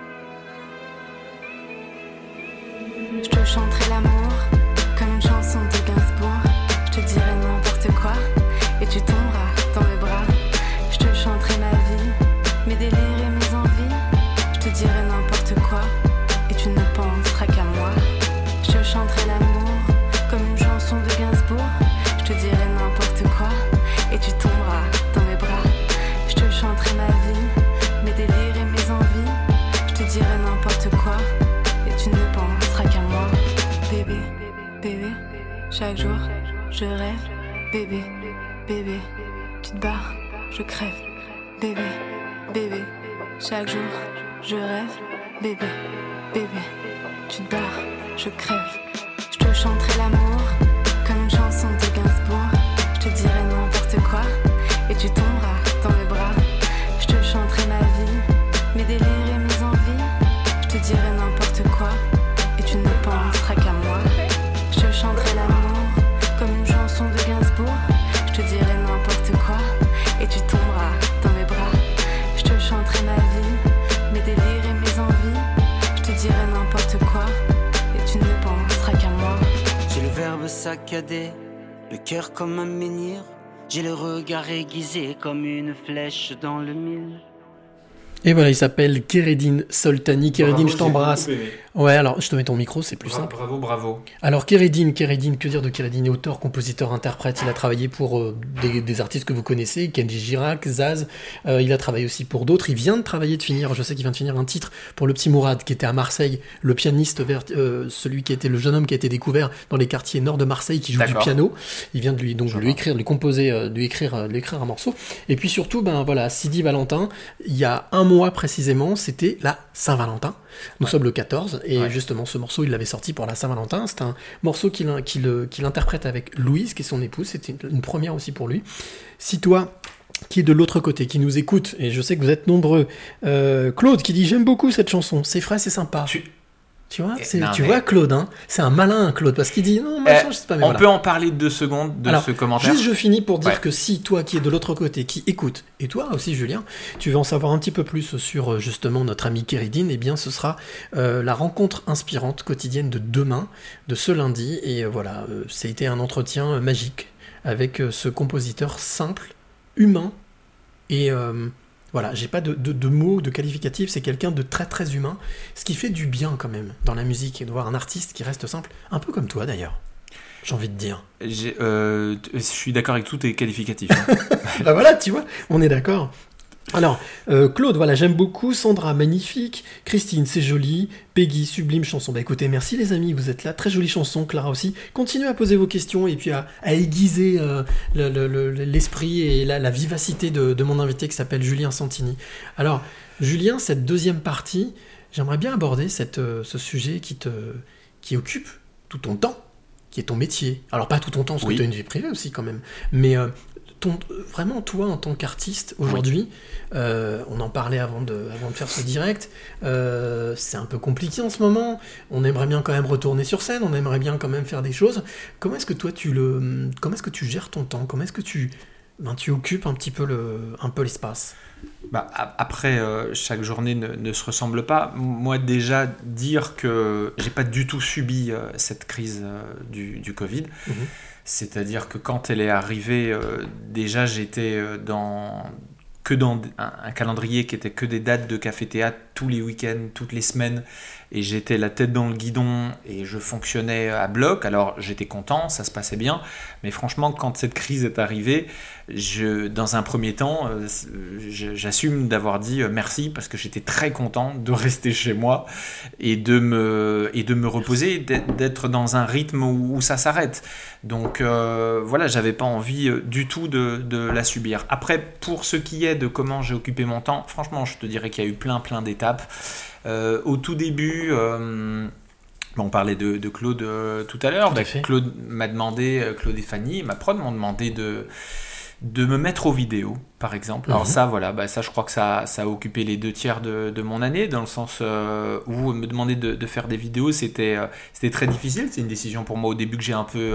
Je te chanterai l'amour comme une chanson de Gainsbourg. Je te dirai n'importe quoi et tu tomberas dans mes bras. Je te chanterai ma vie, mes délires et mes envies. Je te dirai n'importe quoi et tu ne penseras qu'à moi. Je te chanterai l'amour comme une chanson de Gainsbourg. Je te dirai n'importe quoi et tu tomberas dans mes bras. Je te chanterai ma vie, mes délires et mes envies. Je te dirai n'importe quoi et tu ne penseras qu'à moi. Bébé, bébé, chaque jour je rêve. Bébé, bébé, tu te barres, je crève. Bébé, bébé, chaque jour je rêve. Bébé, bébé, tu te barres, je crève. Je te chanterai l'amour comme une chanson de Gainsbourg. Je te dirai n'importe quoi et tu tomberas dans mes bras. Je te chanterai ma vie, mes délires et mes envies. Je te dirai n'importe quoi et tu ne penseras qu'à moi. Je te chanterai l'amour comme une chanson de Gainsbourg. Je te dirai n'importe quoi et tu tomberas dans mes bras. Je te chanterai ma vie, mes délires et mes envies. Je te dirai n'importe quoi et tu ne penseras qu'à moi.
J'ai le verbe saccadé, le cœur comme un menhir. J'ai le regard aiguisé comme une flèche dans le mille.
Et voilà, il s'appelle Keredine Soltani. Keredine, je t'embrasse.
J'ai beaucoup aimé.
Ouais, alors je te mets ton micro, c'est plus simple.
Bravo.
Alors Keredine, que dire de Keredine? Auteur, compositeur, interprète. Il a travaillé pour des artistes que vous connaissez, Kenji Girac, Zaz. Il a travaillé aussi pour d'autres. Il vient de finir, je sais qu'il vient de finir un titre pour le petit Mourad qui était à Marseille, le pianiste, celui qui était le jeune homme qui a été découvert dans les quartiers nord de Marseille, qui joue du piano. Il vient de lui écrire un morceau. Et puis surtout, Sidi Valentin, il y a un mois précisément, c'était la Saint-Valentin. Nous sommes le 14, et justement, ce morceau, il l'avait sorti pour la Saint-Valentin. C'est un morceau qu'il interprète avec Louise, qui est son épouse. C'était une première aussi pour lui. Si toi, qui est de l'autre côté, qui nous écoute, et je sais que vous êtes nombreux, Claude qui dit « J'aime beaucoup cette chanson, c'est frais, c'est sympa ». Tu vois, vois Claude, hein, c'est un malin Claude, parce qu'il dit non, machin, je sais pas. Mais
on peut en parler 2 secondes de ce commentaire.
Juste, je finis pour dire que si toi qui es de l'autre côté, qui écoute, et toi aussi Julien, tu veux en savoir un petit peu plus sur justement notre amie Kéridine, eh bien ce sera la rencontre inspirante quotidienne de demain, de ce lundi, et voilà, ça a été un entretien magique avec ce compositeur simple, humain, et voilà, j'ai pas de mots, de qualificatifs, c'est quelqu'un de très très humain, ce qui fait du bien quand même dans la musique, et de voir un artiste qui reste simple, un peu comme toi d'ailleurs, j'ai envie de dire.
Je suis d'accord avec tous tes qualificatifs. Hein.
Bah voilà, tu vois, on est d'accord. Alors, Claude, voilà, j'aime beaucoup, Sandra, magnifique, Christine, c'est joli, Peggy, sublime chanson. Bah écoutez, merci les amis, vous êtes là, très jolie chanson, Clara aussi. Continuez à poser vos questions et puis à aiguiser l'esprit et la vivacité de mon invité qui s'appelle Julien Santini. Alors, Julien, cette deuxième partie, j'aimerais bien aborder ce sujet qui occupe tout ton temps, qui est ton métier. Alors pas tout ton temps, parce que tu as une vie privée aussi quand même, mais... vraiment, toi, en tant qu'artiste, aujourd'hui, on en parlait avant de faire ce direct, c'est un peu compliqué en ce moment, on aimerait bien quand même retourner sur scène, on aimerait bien quand même faire des choses. Comment est-ce que toi, comment est-ce que tu gères ton temps? Comment est-ce que tu occupes un petit peu l'espace?
Après, chaque journée ne se ressemble pas. Moi, déjà, dire que j'ai pas du tout subi cette crise du Covid. Mmh. C'est-à-dire que quand elle est arrivée, déjà j'étais dans un calendrier qui était que des dates de café-théâtre tous les week-ends, toutes les semaines, et j'étais la tête dans le guidon et je fonctionnais à bloc. Alors j'étais content, ça se passait bien, mais franchement quand cette crise est arrivée, dans un premier temps, j'assume d'avoir dit merci, parce que j'étais très content de rester chez moi et de me reposer, d'être dans un rythme où ça s'arrête. Donc voilà, j'avais pas envie du tout de la subir. Après, pour ce qui est de comment j'ai occupé mon temps, franchement, je te dirais qu'il y a eu plein d'étapes. Au tout début, on parlait de Claude tout à l'heure. Claude m'a demandé, Claude et Fanny, ma prod, m'ont demandé de me mettre aux vidéos, par exemple. Alors ça, voilà, ça je crois que ça a occupé les 2/3 de mon année, dans le sens où me demander de faire des vidéos, c'était très difficile. C'est une décision pour moi au début que j'ai un peu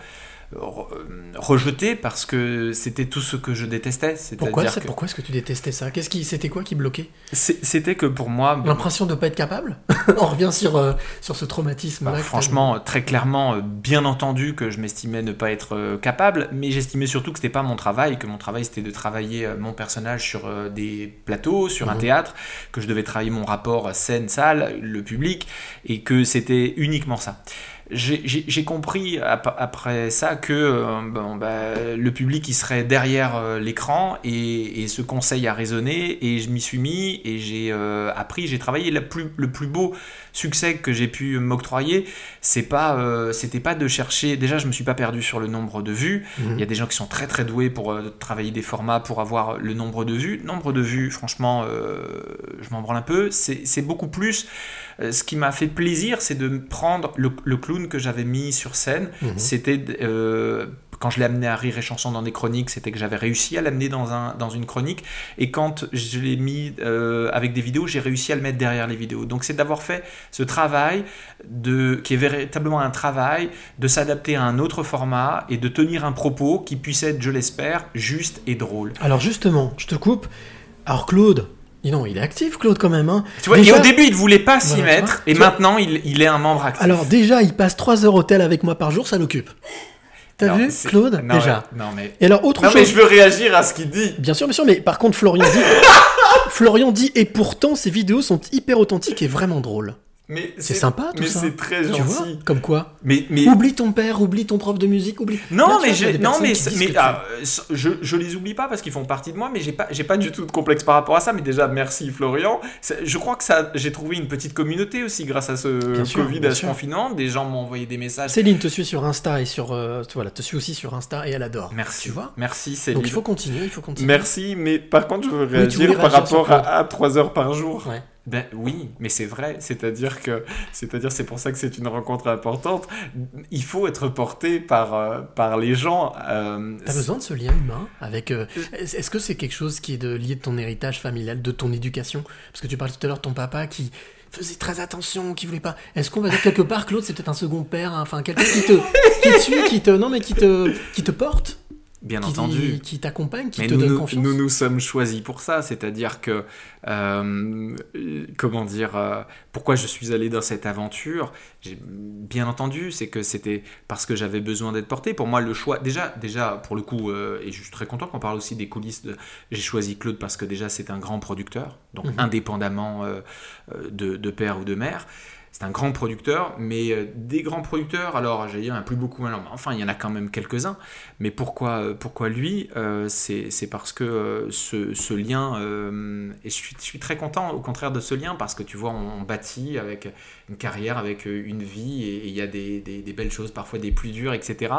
rejeté, parce que c'était tout ce que je détestais.
Pourquoi est-ce que tu détestais ça? C'était quoi qui bloquait?
C'était que pour moi...
L'impression de ne pas être capable. On revient sur ce traumatisme-là.
Franchement, très clairement, bien entendu que je m'estimais ne pas être capable, mais j'estimais surtout que c'était pas mon travail, que mon travail c'était de travailler mon personnage sur des plateaux, sur un théâtre, que je devais travailler mon rapport scène-salle, le public, et que c'était uniquement ça. J'ai compris après ça que le public il serait derrière l'écran, et ce conseil a résonné, et je m'y suis mis, et j'ai appris, j'ai travaillé. Le plus beau succès que j'ai pu m'octroyer, c'était pas de chercher. Déjà, je me suis pas perdu sur le nombre de vues. Il y a des gens qui sont très très doués pour travailler des formats pour avoir le nombre de vues. Nombre de vues, franchement, je m'en branle un peu. C'est beaucoup plus. Ce qui m'a fait plaisir, c'est de prendre le clown que j'avais mis sur scène. C'était quand je l'ai amené à Rire et Chanson dans des chroniques, c'était que j'avais réussi à l'amener dans une chronique, et quand je l'ai mis avec des vidéos, j'ai réussi à le mettre derrière les vidéos. Donc c'est d'avoir fait ce travail qui est véritablement un travail de s'adapter à un autre format et de tenir un propos qui puisse être, je l'espère, juste et drôle.
Alors justement, je te coupe. Alors Claude, non, il est actif, Claude, quand même. Hein.
Tu vois, déjà, et au début, il ne voulait pas s'y mettre, et maintenant, il est un membre actif.
Alors déjà, il passe 3 heures au tel avec moi par jour, ça l'occupe. T'as vu, Claude?
Non,
déjà.
Non, mais...
Et alors, autre chose...
mais je veux réagir à ce qu'il dit.
Bien sûr, mais par contre, Florian dit... et pourtant, ces vidéos sont hyper authentiques et vraiment drôles.
Mais
c'est sympa tout ça.
Mais c'est très gentil.
Tu vois, comme quoi.
Mais
oublie ton père, oublie ton prof de musique, oublie.
Non,
Là,
je les oublie pas parce qu'ils font partie de moi, mais j'ai pas du tout de complexe par rapport à ça. Mais déjà, merci Florian. Je crois que j'ai trouvé une petite communauté aussi grâce à ce Covid, à ce confinement. Des gens m'ont envoyé des messages.
Céline te suit sur Insta et te suit aussi sur Insta et elle adore.
Merci.
Tu vois.
Merci Céline.
Donc il faut continuer.
Merci, mais par contre, je veux réagir par rapport à 3 heures par jour.
Ouais.
Ben oui, mais c'est vrai, c'est-à-dire c'est pour ça que c'est une rencontre importante. Il faut être porté par les gens.
T'as besoin de ce lien humain avec. Est-ce que c'est quelque chose qui est lié de ton héritage familial, de ton éducation ? Parce que tu parlais tout à l'heure de ton papa qui faisait très attention, qui voulait pas. Est-ce qu'on va dire quelque part que l'autre c'est peut-être un second père, hein, enfin quelqu'un qui te suit, qui te porte ?
Bien entendu.
Qui t'accompagne, qui te donne confiance.
Nous sommes choisis pour ça, c'est-à-dire que, pourquoi je suis allé dans cette aventure, bien entendu, c'est que c'était parce que j'avais besoin d'être porté. Pour moi, le choix, déjà pour le coup, et je suis très content qu'on parle aussi des coulisses, j'ai choisi Claude parce que déjà c'est un grand producteur, donc indépendamment de père ou de mère. C'est un grand producteur, mais des grands producteurs, alors j'allais dire, il n'y en a plus beaucoup maintenant, mais enfin il y en a quand même quelques-uns. Mais pourquoi lui c'est parce que ce lien, et je suis très content au contraire de ce lien, parce que tu vois, on bâtit avec une carrière, avec une vie, et il y a des belles choses, parfois des plus dures, etc.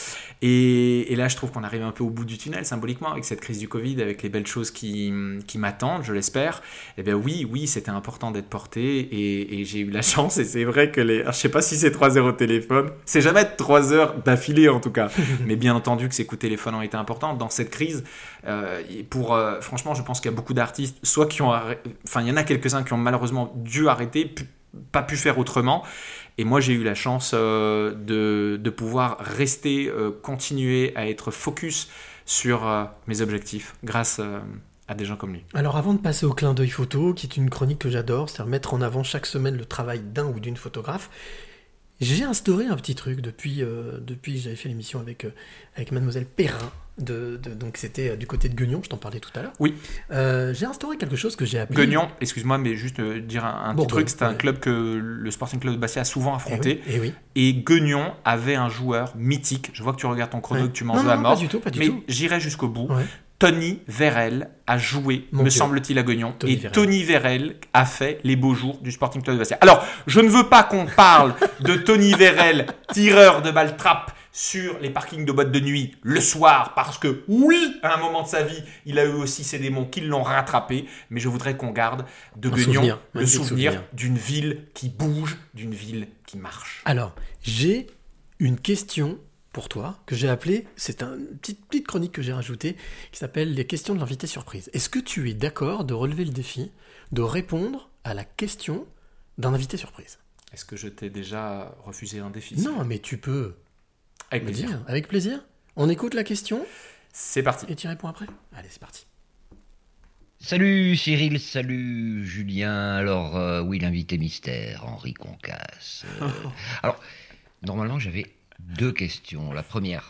Et là, je trouve qu'on arrive un peu au bout du tunnel, symboliquement, avec cette crise du Covid, avec les belles choses qui m'attendent, je l'espère. Eh bien oui, c'était important d'être porté, et j'ai eu la chance, et c'est vrai que je sais pas si c'est 3 heures au téléphone, c'est jamais 3 heures d'affilée en tout cas, mais bien entendu que ces coups de téléphone ont été importants dans cette crise. Franchement, je pense qu'il y a beaucoup d'artistes, soit qui ont il y en a quelques-uns qui ont malheureusement dû arrêter, pas pu faire autrement. Et moi, j'ai eu la chance de pouvoir rester, continuer à être focus sur mes objectifs grâce à des gens comme lui.
Alors, avant de passer au clin d'œil photo, qui est une chronique que j'adore, c'est-à-dire mettre en avant chaque semaine le travail d'un ou d'une photographe, j'ai instauré un petit truc depuis que j'avais fait l'émission avec Mademoiselle Perrin. Donc c'était du côté de Guignon, je t'en parlais tout à l'heure.
Oui.
J'ai instauré quelque chose que j'ai appelé...
Guignon, excuse-moi, mais juste dire un petit truc, c'est un club que le Sporting Club de Bastia a souvent affronté. Et Guignon avait un joueur mythique. Je vois que tu regardes ton chrono, que tu m'en veux à mort.
Pas du tout.
Mais j'irai jusqu'au bout. Ouais. Tony Vérel a joué, semble-t-il, à Guignon. Tony Vérel a fait les beaux jours du Sporting Club de Bastia. Alors, je ne veux pas qu'on parle de Tony Vérel, tireur de balle trappe sur les parkings de boîtes de nuit le soir, parce que oui, à un moment de sa vie, il a eu aussi ses démons qui l'ont rattrapé. Mais je voudrais qu'on garde de Guignon le souvenir d'une ville qui bouge, d'une ville qui marche.
Alors, j'ai une question pour toi, que j'ai appelé, c'est une petite chronique que j'ai rajoutée, qui s'appelle « Les questions de l'invité surprise ». Est-ce que tu es d'accord de relever le défi, de répondre à la question d'un invité surprise ?
Est-ce que je t'ai déjà refusé un défi ?
Non, mais tu peux.
Avec plaisir.
Avec plaisir. On écoute la question.
C'est parti.
Et tu réponds après ? Allez, c'est parti.
Salut Cyril, salut Julien. Alors, oui, l'invité mystère, Henri Concasse. Alors, normalement, j'avais 2 questions. La première,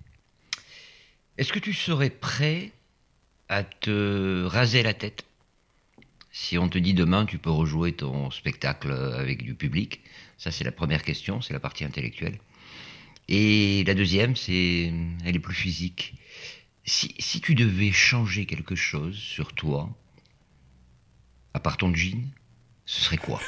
est-ce que tu serais prêt à te raser la tête si on te dit demain tu peux rejouer ton spectacle avec du public? Ça, c'est la première question, c'est la partie intellectuelle. Et la deuxième, elle est plus physique. Si tu devais changer quelque chose sur toi, à part ton jean, ce serait quoi?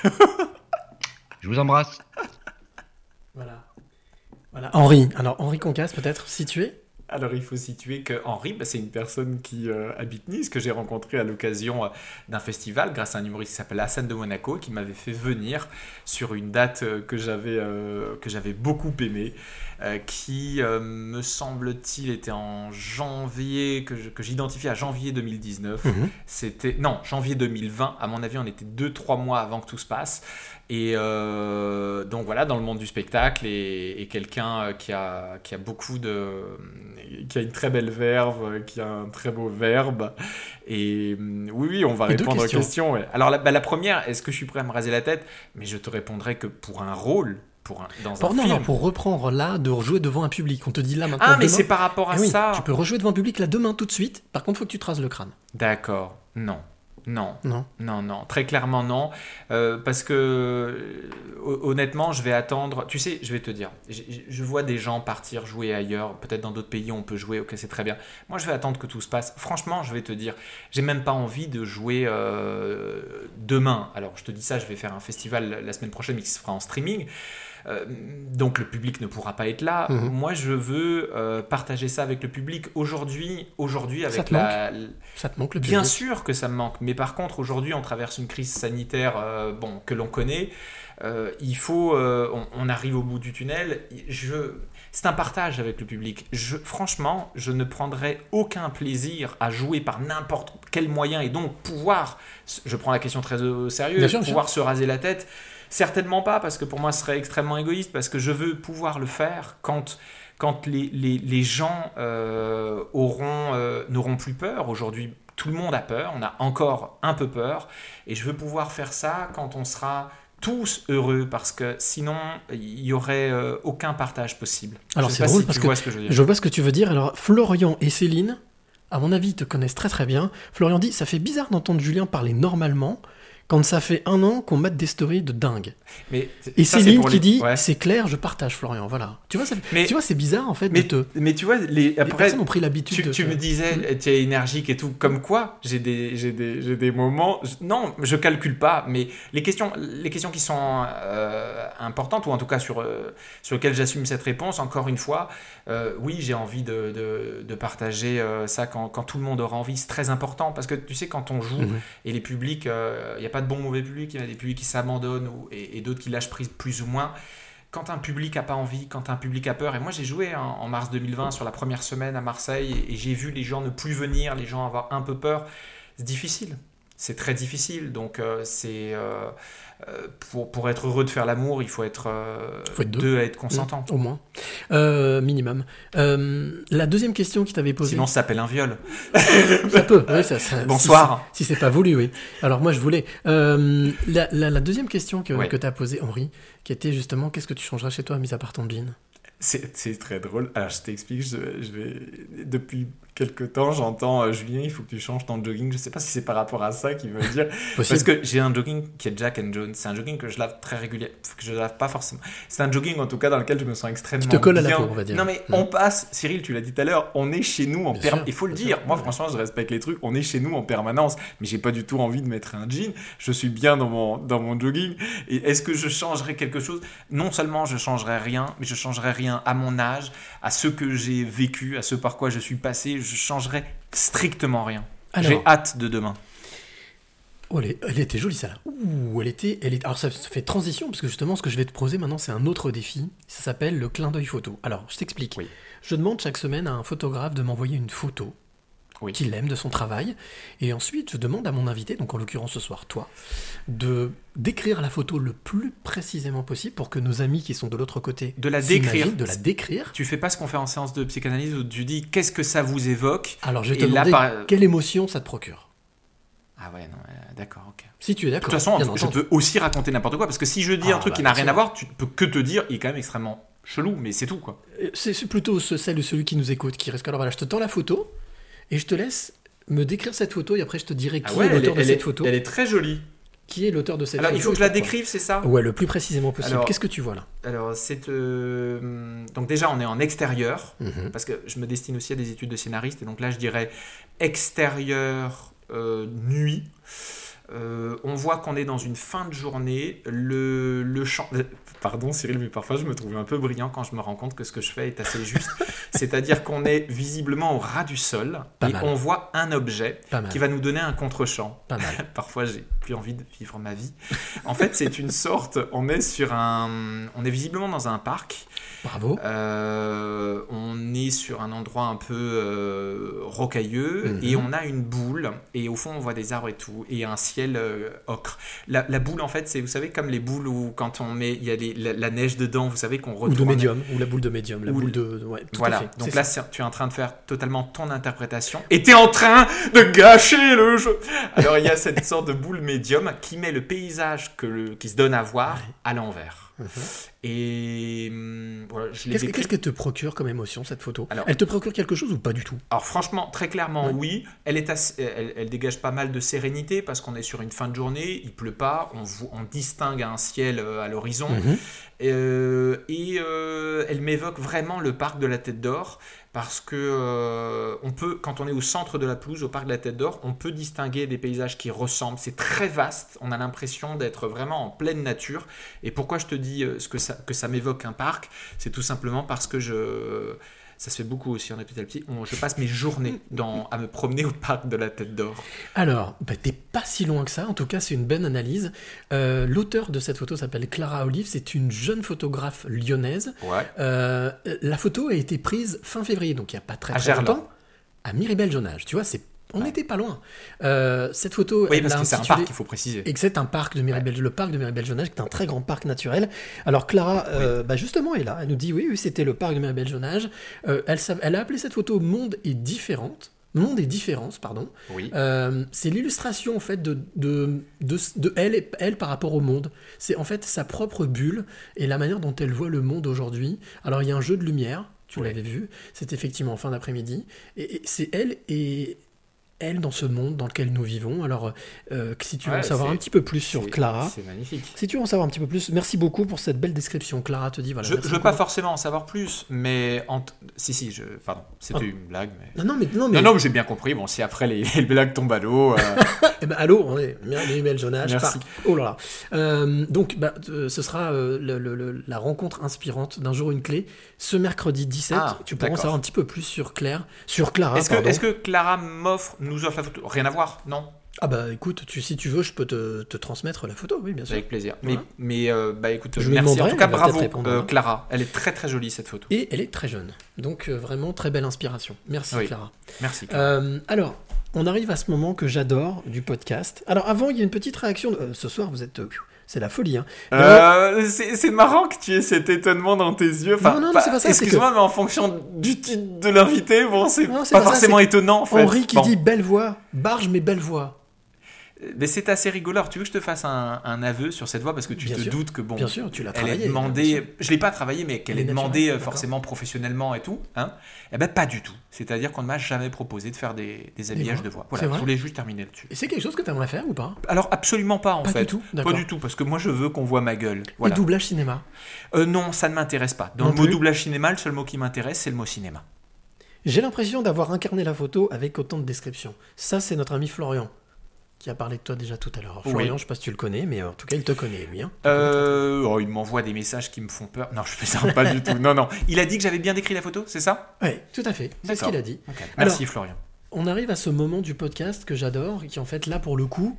Je vous embrasse.
Voilà. Henri. Alors, Henri Concasse, peut-être, situé ?
Alors, il faut situer que Henri, c'est une personne qui habite Nice, que j'ai rencontré à l'occasion d'un festival, grâce à un humoriste qui s'appelle Hassan de Monaco, qui m'avait fait venir sur une date que j'avais beaucoup aimée, qui, me semble-t-il, était en janvier, que j'identifie à janvier 2019. Janvier 2020. À mon avis, on était 2-3 mois avant que tout se passe. Et donc voilà, dans le monde du spectacle, et quelqu'un qui a une très belle verve, qui a un très beau verbe. Et oui, on va répondre aux questions. Ouais. Alors la première, est-ce que je suis prêt à me raser la tête ? Mais je te répondrai que pour un rôle, dans un film.
Non, pour reprendre là, de rejouer devant un public. On te dit là maintenant.
Ah, mais demain, c'est par rapport à ça.
Tu peux rejouer devant un public là demain tout de suite. Par contre, il faut que tu te rases le crâne.
D'accord. Non. Non.
Non.
Non, très clairement non. Parce que, honnêtement, je vais attendre. Tu sais, je vais te dire, je vois des gens partir jouer ailleurs. Peut-être dans d'autres pays, on peut jouer, ok, c'est très bien. Moi, je vais attendre que tout se passe. Franchement, je vais te dire, j'ai même pas envie de jouer demain. Alors, je te dis ça, je vais faire un festival la semaine prochaine, mais qui se fera en streaming. Donc le public ne pourra pas être là. Moi, je veux partager ça avec le public. Aujourd'hui avec
ça te manque le public.
Bien sûr que ça me manque. Mais par contre, aujourd'hui, on traverse une crise sanitaire que l'on connaît. Il faut... on arrive au bout du tunnel. C'est un partage avec le public. Franchement, je ne prendrais aucun plaisir à jouer par n'importe quel moyen et donc pouvoir... Je prends la question très au sérieux.
Bien sûr,
pouvoir se raser la tête. Certainement pas, parce que pour moi, ce serait extrêmement égoïste, parce que je veux pouvoir le faire quand les gens n'auront plus peur. Aujourd'hui, tout le monde a peur, on a encore un peu peur, et je veux pouvoir faire ça quand on sera tous heureux, parce que sinon, il n'y aurait aucun partage possible.
Alors c'est drôle, parce que je vois ce que tu veux dire. Alors Florian et Céline, à mon avis, te connaissent très très bien. Florian dit, ça fait bizarre d'entendre Julien parler normalement, quand ça fait 1 an qu'on mate des stories de dingue. Et Céline qui dit, c'est clair, je partage Florian, voilà. Tu vois, tu vois, c'est bizarre en fait de te...
Mais tu vois, les
personnes ont pris l'habitude de...
Tu me disais, tu es énergique et tout, comme quoi, j'ai des moments... Non, je calcule pas, mais les questions qui sont importantes, ou en tout cas sur lesquelles j'assume cette réponse, encore une fois, oui, j'ai envie de partager ça quand tout le monde aura envie, c'est très important, parce que tu sais, quand on joue, et les publics, il n'y a pas de bon mauvais public, il y a des publics qui s'abandonnent et d'autres qui lâchent prise plus ou moins. Quand un public n'a pas envie, quand un public a peur, et moi j'ai joué en mars 2020 sur la première semaine à Marseille et j'ai vu les gens ne plus venir, les gens avoir un peu peur, c'est difficile, c'est très difficile, donc pour être heureux de faire l'amour, il faut être deux à être consentants.
Au moins. Minimum. La deuxième question qui t'avait posée...
Sinon, ça s'appelle un viol.
Ça peut, oui.
Bonsoir.
Si c'est pas voulu, oui. Alors moi, je voulais... La deuxième question que t'as posée, Henri, qui était justement, qu'est-ce que tu changerais chez toi, mis à part ton jean ?
C'est très drôle. Alors, je t'explique, depuis quelque temps, j'entends Julien, il faut que tu changes ton jogging. Je sais pas si c'est par rapport à ça qu'il veut dire. Parce que j'ai un jogging qui est Jack and Jones. C'est un jogging que je lave très régulièrement, que je lave pas forcément. C'est un jogging, en tout cas, dans lequel je me sens extrêmement bien.
Qui te colle à la peau, on va dire.
Non, mais on passe, Cyril, tu l'as dit tout à l'heure, on est chez nous en permanence. Il faut le dire. Moi, franchement, je respecte les trucs. On est chez nous en permanence. Mais j'ai pas du tout envie de mettre un jean. Je suis bien dans mon jogging. Et est-ce que je changerais quelque chose ? Non seulement je changerais rien, mais je changerais rien à mon âge, à ce que j'ai vécu, à ce par quoi je suis passé. Je changerais strictement rien. Alors, j'ai hâte de demain.
Oh, elle était jolie, ça là. Ouh, elle était... Alors ça fait transition, parce que justement, ce que je vais te poser maintenant, c'est un autre défi. Ça s'appelle le clin d'œil photo. Alors, je t'explique.
Oui.
Je demande chaque semaine à un photographe de m'envoyer une photo qu'il aime de son travail. Et ensuite, je demande à mon invité, donc en l'occurrence ce soir, toi, de décrire la photo le plus précisément possible pour que nos amis qui sont de l'autre côté
de la décrire.
Tu
fais pas ce qu'on fait en séance de psychanalyse où tu dis qu'est-ce que ça vous évoque.
Alors je vais te demander quelle émotion ça te procure.
Ah ouais, non, d'accord, ok.
Si tu es d'accord.
De toute façon, je peux aussi raconter n'importe quoi, parce que si je dis un truc qui n'a rien à voir, tu peux que te dire, il est quand même extrêmement chelou, mais c'est tout, quoi.
C'est plutôt celle ou celui qui nous écoute qui risque. Alors voilà, je te tends la photo, et je te laisse me décrire cette photo, et après je te dirai qui est l'auteur de cette photo.
Elle est très jolie.
Qui est l'auteur de cette photo ?
Alors, il faut que je la décrive, c'est ça ?
Ouais, le plus précisément possible. Alors, qu'est-ce que tu vois là ?
Alors, donc déjà, on est en extérieur, parce que je me destine aussi à des études de scénariste, et donc là, je dirais extérieur, nuit. On voit qu'on est dans une fin de journée, le champ... Pardon Cyril, mais parfois je me trouve un peu brillant quand je me rends compte que ce que je fais est assez juste. C'est-à-dire qu'on est visiblement au ras du sol, on voit un objet qui va nous donner un contre-champ.
Pas mal.
Parfois j'ai plus envie de vivre ma vie. En fait, c'est une sorte... On est visiblement dans un parc.
Bravo.
On est sur un endroit un peu rocailleux, et on a une boule, et au fond on voit des arbres et tout, et un ciel ocre. La boule, en fait, c'est, vous savez, comme les boules où quand on met, il y a la neige dedans, vous savez qu'on retourne...
Ou de médium, ou la boule de médium, boule de... Ouais, tout
voilà.
À fait.
Donc là, tu es en train de faire totalement ton interprétation, et tu es en train de gâcher le jeu. Alors il y a cette sorte de boule médium qui met le paysage qui se donne à voir à l'envers. Et voilà, je l'ai
Qu'est-ce qu'elle te procure comme émotion, cette photo?
Alors,
elle te procure quelque chose ou pas du tout?
Alors franchement, très clairement, oui. Elle dégage pas mal de sérénité parce qu'on est sur une fin de journée, il pleut pas, on distingue un ciel à l'horizon. Elle m'évoque vraiment le parc de la Tête d'Or parce que on peut, quand on est au centre de la pelouse, au parc de la Tête d'Or, on peut distinguer des paysages qui ressemblent. C'est très vaste, on a l'impression d'être vraiment en pleine nature. Et pourquoi je te dis que ça m'évoque un parc, c'est tout simplement parce que ça se fait beaucoup aussi en Hôpital-Psy. Je passe mes journées à me promener au parc de la Tête d'Or.
Alors, t'es pas si loin que ça. En tout cas, c'est une bonne analyse. L'auteur de cette photo s'appelle Clara Olive. C'est une jeune photographe lyonnaise.
Ouais.
La photo a été prise fin février, donc il n'y a pas très longtemps, à Miribel-Jonage. Tu vois, on n'était pas loin. Cette photo...
Oui, parce que c'est un parc, il faut préciser.
Et que c'est un parc de le parc de Miribel-Jonage, qui est un très grand parc naturel. Alors Clara, justement, est là. Elle nous dit, oui, c'était le parc de Miribel-Jonage. Elle a appelé cette photo Monde et différence, pardon.
Oui.
C'est l'illustration, en fait, de elle par rapport au monde. C'est, en fait, sa propre bulle et la manière dont elle voit le monde aujourd'hui. Alors, il y a un jeu de lumière, tu l'avais vu. C'est effectivement en fin d'après-midi. Et c'est elle dans ce monde dans lequel nous vivons. Alors, si tu veux en savoir un petit peu plus sur Clara...
C'est magnifique.
Si tu veux en savoir un petit peu plus, merci beaucoup pour cette belle description. Clara te dit... Voilà,
je ne veux pas forcément en savoir plus, mais... Pardon, c'était une blague, mais...
Non, mais
j'ai bien compris. Bon, si après les blagues tombent à l'eau...
Eh ben, allô, on est Miribel-Jonage, parc. Oh là là. Donc, ce sera la rencontre inspirante d'un jour une clé. Ce mercredi 17, tu pourras en savoir un petit peu plus sur Clara.
Est-ce que Clara nous offre la photo? Rien à voir, non?
Ah bah écoute, si tu veux, je peux te transmettre la photo, oui, bien sûr.
Avec plaisir.
Voilà.
Mais écoute,
je
merci. En tout cas, bravo
répondre,
Clara. Elle est très très jolie cette photo.
Et elle est très jeune. Donc vraiment très belle inspiration. Merci Clara.
Merci Clara.
Alors, on arrive à ce moment que j'adore du podcast. Alors avant, il y a une petite réaction. Ce soir, vous êtes... c'est la folie, hein.
C'est marrant que tu aies cet étonnement dans tes yeux. Enfin,
non, c'est pas ça.
Excuse-moi, mais en fonction du titre de l'invité, c'est pas forcément étonnant en fait.
Henri qui dit belle voix, Barge mais belle voix.
Mais c'est assez rigolo. Alors, tu veux que je te fasse un aveu sur cette voix parce que tu te doutes que
bien sûr, tu l'as travaillé.
Elle est demandée, je l'ai pas travaillé, mais qu'elle est demandée forcément professionnellement et tout. Hein. Eh ben pas du tout. C'est-à-dire qu'on ne m'a jamais proposé de faire des habillages de voix. Voilà, je voulais juste terminer là-dessus.
Et c'est quelque chose que tu aimerais faire ou pas?
Alors absolument pas en fait.
Pas du tout.
Pas du tout parce que moi je veux qu'on voit ma gueule. Voilà.
Et doublage cinéma?
Non, ça ne m'intéresse pas. Dans le mot doublage cinéma, le seul mot qui m'intéresse, c'est le mot cinéma.
J'ai l'impression d'avoir incarné la photo avec autant de descriptions. Ça, c'est notre ami Florian, qui a parlé de toi déjà tout à l'heure. Florian, je sais pas si tu le connais, mais en tout cas, il te connaît, lui. Hein.
Il m'envoie des messages qui me font peur. Non, je fais ça pas du tout. Non. Il a dit que j'avais bien décrit la photo, c'est ça?
Oui, tout à fait. C'est ce qu'il a dit.
Okay. Merci Florian.
On arrive à ce moment du podcast que j'adore, qui en fait, là, pour le coup,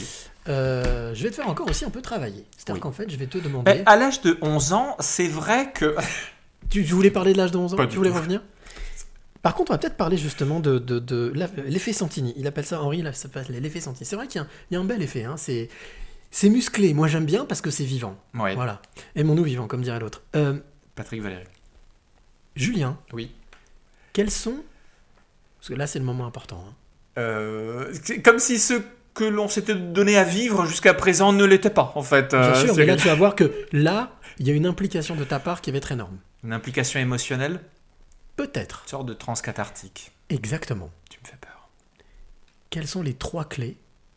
je vais te faire encore aussi un peu travailler. C'est-à-dire qu'en fait, je vais te demander...
à l'âge de 11 ans, c'est vrai que...
Tu voulais parler de l'âge de 11 ans?
Pas
tu voulais revenir? Par contre, on va peut-être parler justement de l'effet Santini. Il appelle ça, Henri, ça s'appelle l'effet Santini. C'est vrai qu'il y a un bel effet. Hein. C'est musclé. Moi, j'aime bien parce que c'est vivant.
Ouais.
Voilà. Aimons-nous vivant, comme dirait l'autre.
Patrick Valéry.
Julien.
Oui.
Quels sont... Parce que là, c'est le moment important. Hein.
C'est comme si ce que l'on s'était donné à vivre jusqu'à présent ne l'était pas, en fait.
Bien sûr, mais là, tu vas voir que là, il y a une implication de ta part qui va être énorme.
Une implication émotionnelle?
Peut-être.
Une sorte de transe cathartique.
Exactement.
Tu me fais peur.
Quelles sont les 3 clés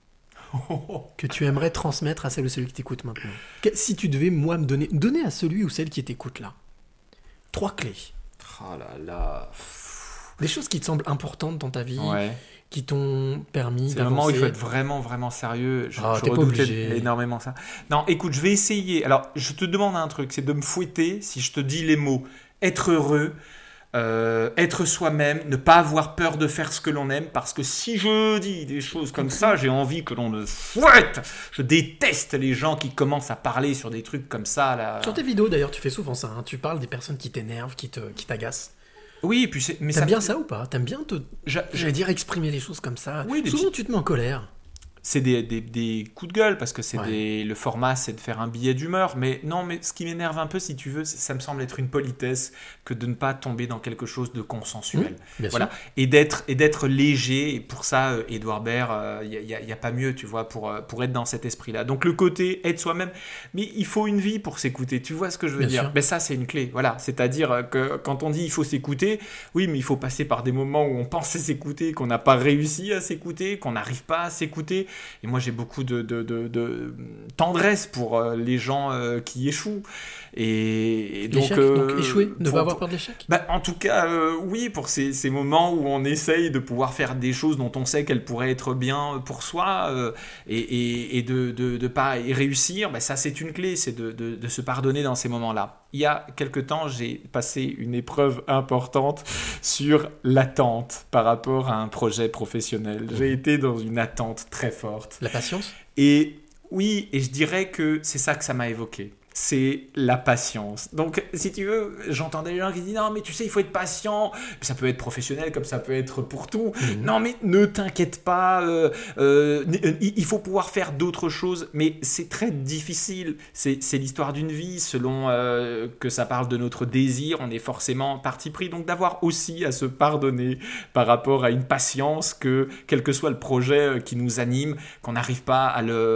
que tu aimerais transmettre à celle ou celui qui t'écoute maintenant? Si tu devais, moi, me donner à celui ou celle qui t'écoute là. 3 clés.
Oh là là.
Des choses qui te semblent importantes dans ta vie, qui t'ont permis d'avancer.
C'est le moment où il faut être vraiment, vraiment sérieux. Je
t'es pas obligé.
Énormément ça. Non, écoute, je vais essayer. Alors, je te demande un truc, c'est de me fouetter si je te dis les mots être heureux, être soi-même, ne pas avoir peur de faire ce que l'on aime, parce que si je dis des choses comme ça, j'ai envie que l'on me fouette. Je déteste les gens qui commencent à parler sur des trucs comme ça. Là.
Sur tes vidéos d'ailleurs, tu fais souvent ça. Hein. Tu parles des personnes qui t'énervent, qui t'agacent.
Oui, et puis mais
t'aimes bien ça ou pas? T'aimes bien j'allais dire exprimer les choses comme ça?
Oui,
souvent tu te mets en colère.
c'est des coups de gueule parce que le format, c'est de faire un billet d'humeur. Mais non, mais ce qui m'énerve un peu, si tu veux, ça me semble être une politesse que de ne pas tomber dans quelque chose de consensuel. Voilà. Et d'être léger. Et pour ça, Édouard Baird, il y a pas mieux, tu vois, pour être dans cet esprit-là. Donc le côté être soi-même, mais il faut une vie pour s'écouter. Tu vois ce que je veux dire? Mais ça, c'est une clé. Voilà. C'est-à-dire que quand on dit il faut s'écouter, oui, mais il faut passer par des moments où on pensait s'écouter, qu'on n'a pas réussi à s'écouter, qu'on n'arrive pas à s'écouter. Et moi, j'ai beaucoup de tendresse pour les gens qui échouent. Et donc
échouer, ne pas avoir peur de l'échec.
En tout cas, oui, pour ces moments où on essaye de pouvoir faire des choses dont on sait qu'elles pourraient être bien pour soi et de pas y réussir, ça c'est une clé, c'est de se pardonner dans ces moments-là. Il y a quelque temps, j'ai passé une épreuve importante sur l'attente par rapport à un projet professionnel. J'ai été dans une attente très forte.
La patience ?
Et oui, et je dirais que c'est ça que ça m'a évoqué. C'est la patience. Donc, si tu veux, j'entends des gens qui disent « Non, mais tu sais, il faut être patient. » Ça peut être professionnel comme ça peut être pour tout. Non, mais ne t'inquiète pas. Il faut pouvoir faire d'autres choses. Mais c'est très difficile. C'est l'histoire d'une vie. Selon que ça parle de notre désir, on est forcément parti pris. Donc, d'avoir aussi à se pardonner par rapport à une patience que, quel que soit le projet qui nous anime, qu'on n'arrive pas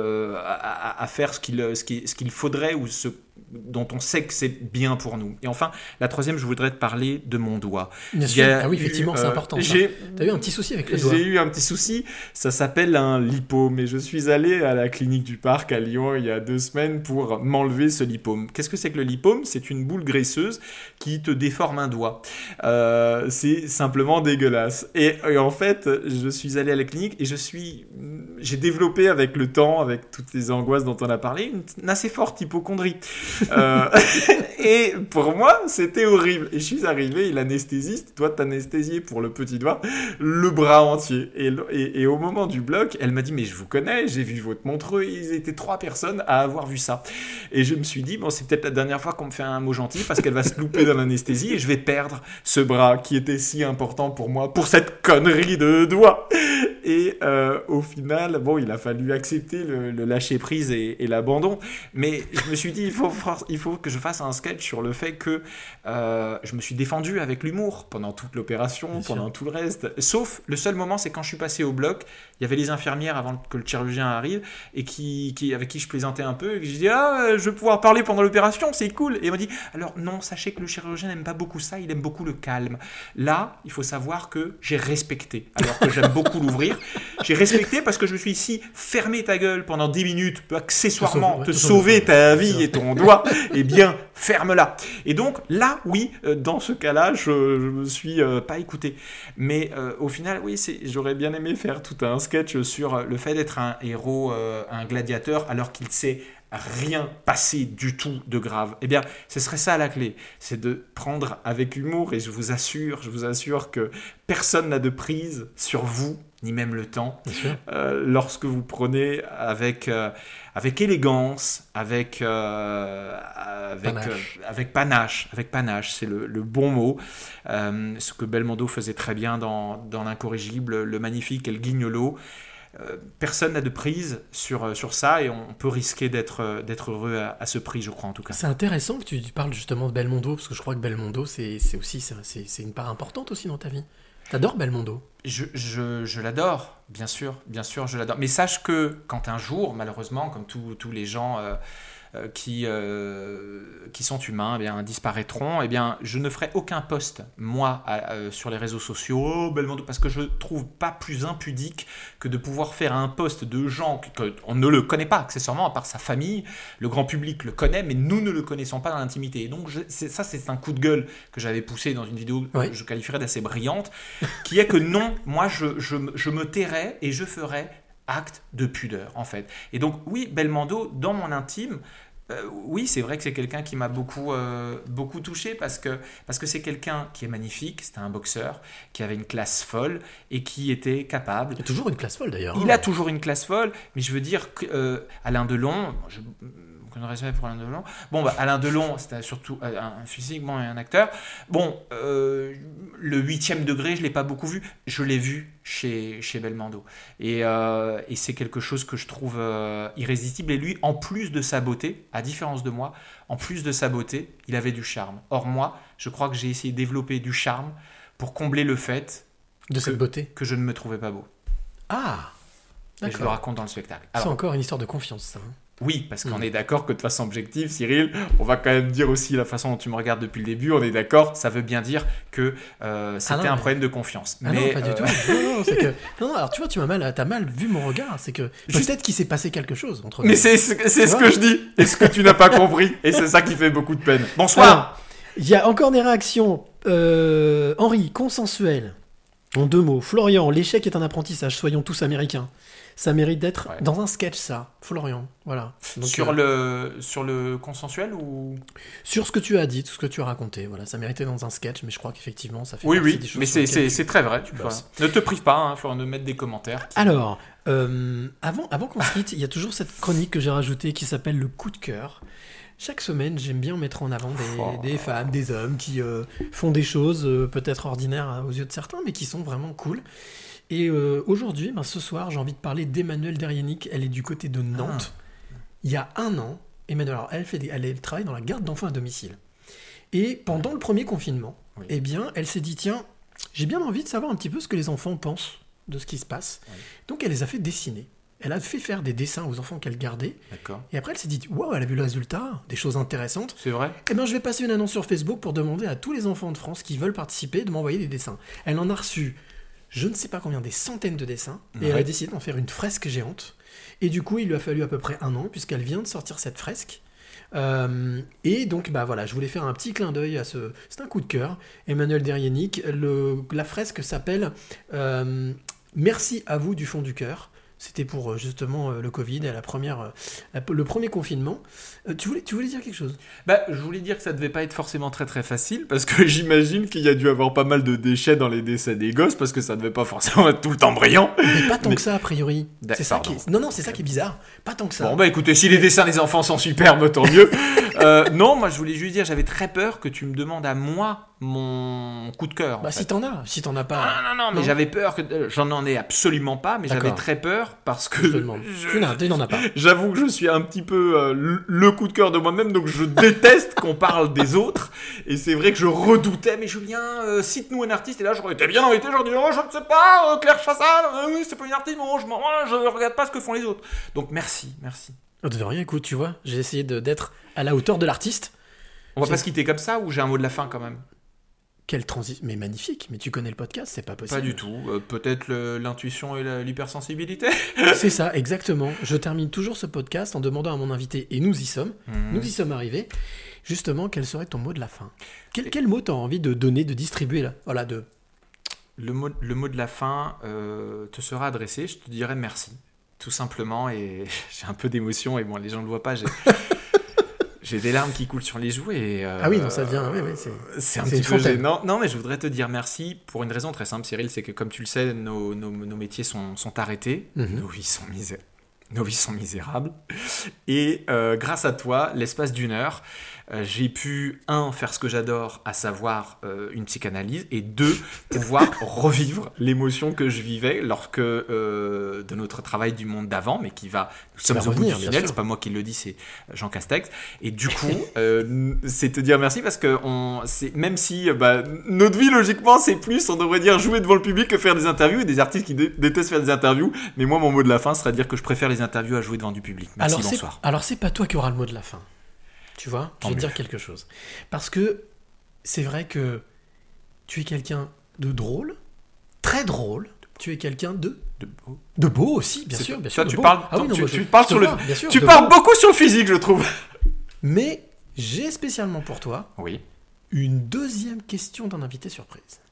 à faire ce qu'il faudrait ou dont on sait que c'est bien pour nous. Et enfin, la troisième, je voudrais te parler de mon doigt.
Bien sûr. Ah oui, effectivement, c'est important. T'as eu un petit souci avec le doigt.
J'ai eu un petit souci. Ça s'appelle un lipome. Et je suis allé à la clinique du Parc à Lyon il y a 2 semaines pour m'enlever ce lipome. Qu'est-ce que c'est que le lipome ? C'est une boule graisseuse qui te déforme un doigt. C'est simplement dégueulasse. Et en fait, je suis allé à la clinique et j'ai développé avec le temps, avec toutes les angoisses dont on a parlé, une assez forte hypocondrie. Et pour moi, c'était horrible. Et je suis arrivé, et l'anesthésiste doit t'anesthésier pour le petit doigt, le bras entier. Et au moment du bloc, elle m'a dit « Mais je vous connais, j'ai vu votre montreux. » Ils étaient 3 personnes à avoir vu ça. Et je me suis dit « Bon, c'est peut-être la dernière fois qu'on me fait un mot gentil parce qu'elle va se louper dans l'anesthésie et je vais perdre ce bras qui était si important pour moi pour cette connerie de doigt. » Et au final, bon, il a fallu accepter le lâcher-prise et l'abandon. Mais je me suis dit, il faut que je fasse un sketch sur le fait que je me suis défendu avec l'humour pendant toute l'opération, pendant tout le reste. Sauf, le seul moment, c'est quand je suis passé au bloc, il y avait les infirmières avant que le chirurgien arrive et avec qui je plaisantais un peu. Et je dis, je vais pouvoir parler pendant l'opération, c'est cool. Et il m'a dit, alors non, sachez que le chirurgien n'aime pas beaucoup ça, il aime beaucoup le calme. Là, il faut savoir que j'ai respecté, alors que j'aime beaucoup l'ouvrir. J'ai respecté parce que je me suis ici fermé ta gueule pendant 10 minutes, peut accessoirement te sauver ta vie et ton doigt, eh bien, ferme-la. Et donc, là, oui, dans ce cas-là, je me suis pas écouté. Mais au final, oui, j'aurais bien aimé faire tout un sketch sur le fait d'être un héros, un gladiateur, alors qu'il sait rien passé du tout de grave. Eh bien, ce serait ça la clé, c'est de prendre avec humour, et je vous assure que personne n'a de prise sur vous, ni même le temps, lorsque vous prenez avec élégance, avec panache, c'est le bon mot, ce que Belmondo faisait très bien dans L'Incorrigible, le Magnifique et le Guignolo. Personne n'a de prise sur ça et on peut risquer d'être heureux à ce prix, je crois, en tout cas.
C'est intéressant que tu parles justement de Belmondo, parce que je crois que Belmondo, c'est une part importante aussi dans ta vie. T'adores Belmondo ?
Je l'adore, bien sûr, je l'adore. Mais sache que quand un jour, malheureusement, comme tous les gens qui sont humains, eh bien, disparaîtront, eh bien, je ne ferai aucun post, moi, sur les réseaux sociaux, Belmondo, parce que je trouve pas plus impudique que de pouvoir faire un post de gens qu'on ne le connaît pas, accessoirement, à part sa famille. Le grand public le connaît, mais nous ne le connaissons pas dans l'intimité. Et donc, c'est un coup de gueule que j'avais poussé dans une vidéo que je qualifierais d'assez brillante, qui est que non, moi, je me tairai et je ferai acte de pudeur, en fait. Et donc, oui, Belmondo, dans mon intime, oui, c'est vrai que c'est quelqu'un qui m'a beaucoup touché parce que c'est quelqu'un qui est magnifique, c'était un boxeur, qui avait une classe folle et qui était capable...
Il a toujours une classe folle, d'ailleurs.
Il a toujours une classe folle, mais je veux dire qu'Alain Delon... de respect pour Alain Delon. Bon, Alain Delon, c'était surtout physiquement un acteur. Bon, le 8e degré, je l'ai pas beaucoup vu. Je l'ai vu chez Belmondo. Et c'est quelque chose que je trouve irrésistible. Et lui, en plus de sa beauté, à différence de moi, en plus de sa beauté, il avait du charme. Or, moi, je crois que j'ai essayé de développer du charme pour combler le fait
cette beauté
que je ne me trouvais pas beau.
Ah,
d'accord. Et je le raconte dans le spectacle.
Alors, c'est encore une histoire de confiance, ça.
Oui, parce qu'on est d'accord que de façon objective, Cyril, on va quand même dire aussi la façon dont tu me regardes depuis le début, on est d'accord, ça veut bien dire que c'était un problème de confiance.
Ah mais, non, pas du tout. Non, c'est que... non, alors tu vois, t'as mal vu mon regard, c'est que peut-être qu'il s'est passé quelque chose entre nous.
Mais c'est ce que je dis, et ce que tu n'as pas compris, et c'est ça qui fait beaucoup de peine. Bonsoir.
Il y a encore des réactions. Henri, consensuel. En 2 mots. Florian, l'échec est un apprentissage, soyons tous américains. Ça mérite d'être dans un sketch, ça, Florian. Voilà. Donc,
sur le consensuel ou
sur ce que tu as dit, tout ce que tu as raconté. Voilà, ça méritait dans un sketch, mais je crois qu'effectivement, ça fait
partie
des choses.
Mais c'est très vrai. Tu vois. Ne te prive pas, hein, Florian, de mettre des commentaires.
Alors, avant qu'on se quitte, il y a toujours cette chronique que j'ai rajoutée qui s'appelle le coup de cœur. Chaque semaine, j'aime bien mettre en avant des femmes, des hommes qui font des choses peut-être ordinaires aux yeux de certains, mais qui sont vraiment cool. Et aujourd'hui, ce soir, j'ai envie de parler d'Emmanuelle Derienic. Elle est du côté de Nantes. Il y a 1 an, Emmanuelle, alors, elle travaille dans la garde d'enfants à domicile. Et pendant le premier confinement, eh bien, elle s'est dit, tiens, j'ai bien envie de savoir un petit peu ce que les enfants pensent de ce qui se passe. Donc, elle les a fait dessiner. Elle a fait faire des dessins aux enfants qu'elle gardait.
D'accord.
Et après, elle s'est dit, waouh, elle a vu le résultat, des choses intéressantes.
C'est vrai.
Eh bien, je vais passer une annonce sur Facebook pour demander à tous les enfants de France qui veulent participer de m'envoyer des dessins. Elle en a reçu, je ne sais pas combien, des centaines de dessins. Et elle a décidé d'en faire une fresque géante. Et du coup, il lui a fallu à peu près 1 an, puisqu'elle vient de sortir cette fresque. Et donc, voilà, je voulais faire un petit clin d'œil à ce... C'est un coup de cœur. Emmanuelle Derienic. La fresque s'appelle Merci à vous du fond du cœur. C'était pour justement le Covid et le premier confinement. Tu voulais dire quelque chose ?
Je voulais dire que ça devait pas être forcément très très facile, parce que j'imagine qu'il y a dû avoir pas mal de déchets dans les dessins des gosses, parce que ça devait pas forcément être tout le temps brillant.
Mais pas tant que ça, a priori. C'est ça qui est... Non, c'est ça qui est bizarre. Pas tant que ça.
Bon, écoutez, si les dessins des enfants sont superbes, tant mieux. Non, moi je voulais juste dire, j'avais très peur que tu me demandes à moi mon coup de cœur.
Si t'en as pas.
Non, mais j'avais peur que j'en ai absolument pas, mais j'avais très peur parce que
je te demande. Tu n'en as pas.
J'avoue que je suis un petit peu le coup de cœur de moi-même, donc je déteste qu'on parle des autres. Et c'est vrai que je redoutais, mais Julien, cite-nous un artiste. Et là, j'aurais été bien embêté, j'aurais dit, je ne sais pas, Claire Chazal, oui, c'est pas une artiste, moi je regarde pas ce que font les autres. Donc merci.
De rien, écoute, tu vois, j'ai essayé d'être à la hauteur de l'artiste.
On va pas se quitter comme ça, ou j'ai un mot de la fin quand même?
Quelle transition, mais magnifique, mais tu connais le podcast, c'est pas possible.
Pas du tout, peut-être l'intuition et l'hypersensibilité.
C'est ça, exactement. Je termine toujours ce podcast en demandant à mon invité, et nous y sommes arrivés, justement, quel serait ton mot de la fin? Quel mot t'as envie de donner, de distribuer là? Voilà,
Le mot de la fin te sera adressé, je te dirai merci, tout simplement, et j'ai un peu d'émotion, et bon, les gens ne le voient pas, j'ai des larmes qui coulent sur les joues et...
Ah oui, non, ça vient, oui,
c'est un petit peu gênant. Non, mais je voudrais te dire merci pour une raison très simple, Cyril, c'est que comme tu le sais, nos métiers sont arrêtés, nos vies sont misérables, et grâce à toi, l'espace d'1 heure, j'ai pu, 1, faire ce que j'adore, à savoir une psychanalyse, et 2, pouvoir revivre l'émotion que je vivais lorsque de notre travail du monde d'avant, mais qui va... Nous sommes au bout du tunnel, c'est pas moi qui le dis, c'est Jean Castex. Et du coup, c'est te dire merci, parce que même si notre vie, logiquement, c'est plus, on devrait dire, jouer devant le public que faire des interviews, et des artistes qui détestent faire des interviews, mais moi, mon mot de la fin serait de dire que je préfère les interviews à jouer devant du public. Merci, bonsoir.
Alors, c'est pas toi qui auras le mot de la fin. Tu vois, je vais te dire quelque chose. Parce que c'est vrai que tu es quelqu'un de drôle, très drôle. Tu es quelqu'un de beau aussi, bien sûr.
Toi, tu parles beaucoup sur le physique, je trouve.
Mais j'ai spécialement pour toi une deuxième question d'un invité surprise.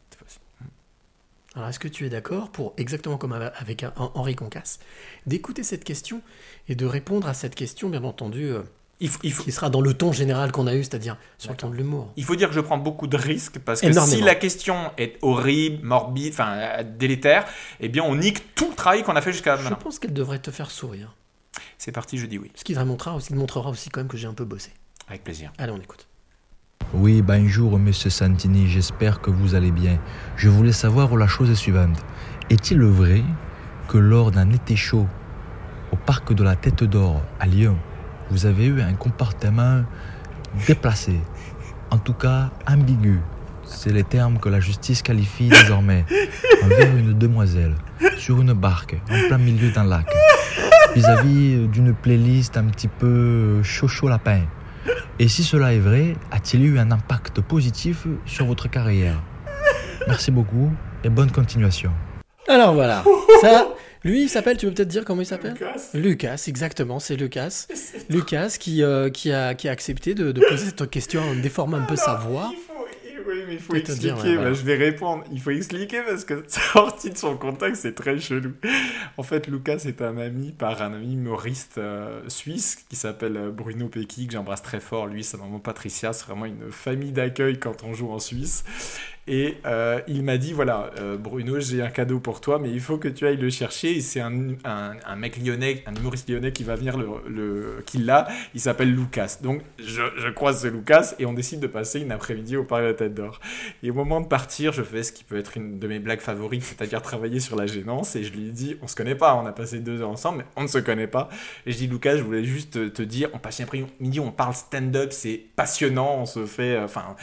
Alors, est-ce que tu es d'accord pour, exactement comme avec Henri Concasse, d'écouter cette question et de répondre à cette question, bien entendu... qui sera dans le ton général qu'on a eu, c'est-à-dire sur le ton de l'humour.
Il faut dire que je prends beaucoup de risques, parce que si la question est horrible, morbide, délétère, eh bien on nique tout le travail qu'on a fait jusqu'à maintenant.
Je pense qu'elle devrait te faire sourire.
C'est parti, je dis oui.
Ce qui te montrera aussi quand même que j'ai un peu bossé.
Avec plaisir.
Allez, on écoute.
Oui, bonjour Monsieur Santini, j'espère que vous allez bien. Je voulais savoir la chose suivante. Est-il vrai que lors d'un été chaud au parc de la Tête d'Or à Lyon, vous avez eu un comportement déplacé, en tout cas ambigu, c'est les termes que la justice qualifie désormais, envers une demoiselle, sur une barque, en plein milieu d'un lac, vis-à-vis d'une playlist un petit peu chocho lapin? Et si cela est vrai, a-t-il eu un impact positif sur votre carrière? Merci beaucoup et bonne continuation.
Alors voilà, ça, lui il s'appelle, tu veux peut-être dire comment il s'appelle? Lucas, exactement, c'est Lucas. Lucas qui a accepté de poser cette question en déformant un peu sa voix.
Oui, mais il faut expliquer. Voilà. Je vais répondre. Il faut expliquer parce que sorti de son contexte, c'est très chelou. En fait, Lucas est un ami par un ami humoriste suisse qui s'appelle Bruno Pecky, que j'embrasse très fort. Lui, sa maman Patricia, c'est vraiment une famille d'accueil quand on joue en Suisse. Et il m'a dit, voilà, Bruno, j'ai un cadeau pour toi, mais il faut que tu ailles le chercher. Et c'est un mec lyonnais, un humoriste lyonnais qui va venir qui l'a. Il s'appelle Lucas. Donc, je croise ce Lucas et on décide de passer une après-midi au Parc de la Tête d'Or. Et au moment de partir, je fais ce qui peut être une de mes blagues favorites, c'est-à-dire travailler sur la gênance. Et je lui dis, on se connaît pas, on a passé 2 heures ensemble, mais on ne se connaît pas. Et je dis, Lucas, je voulais juste te dire, on passe une après-midi, on parle stand-up, c'est passionnant, on se fait,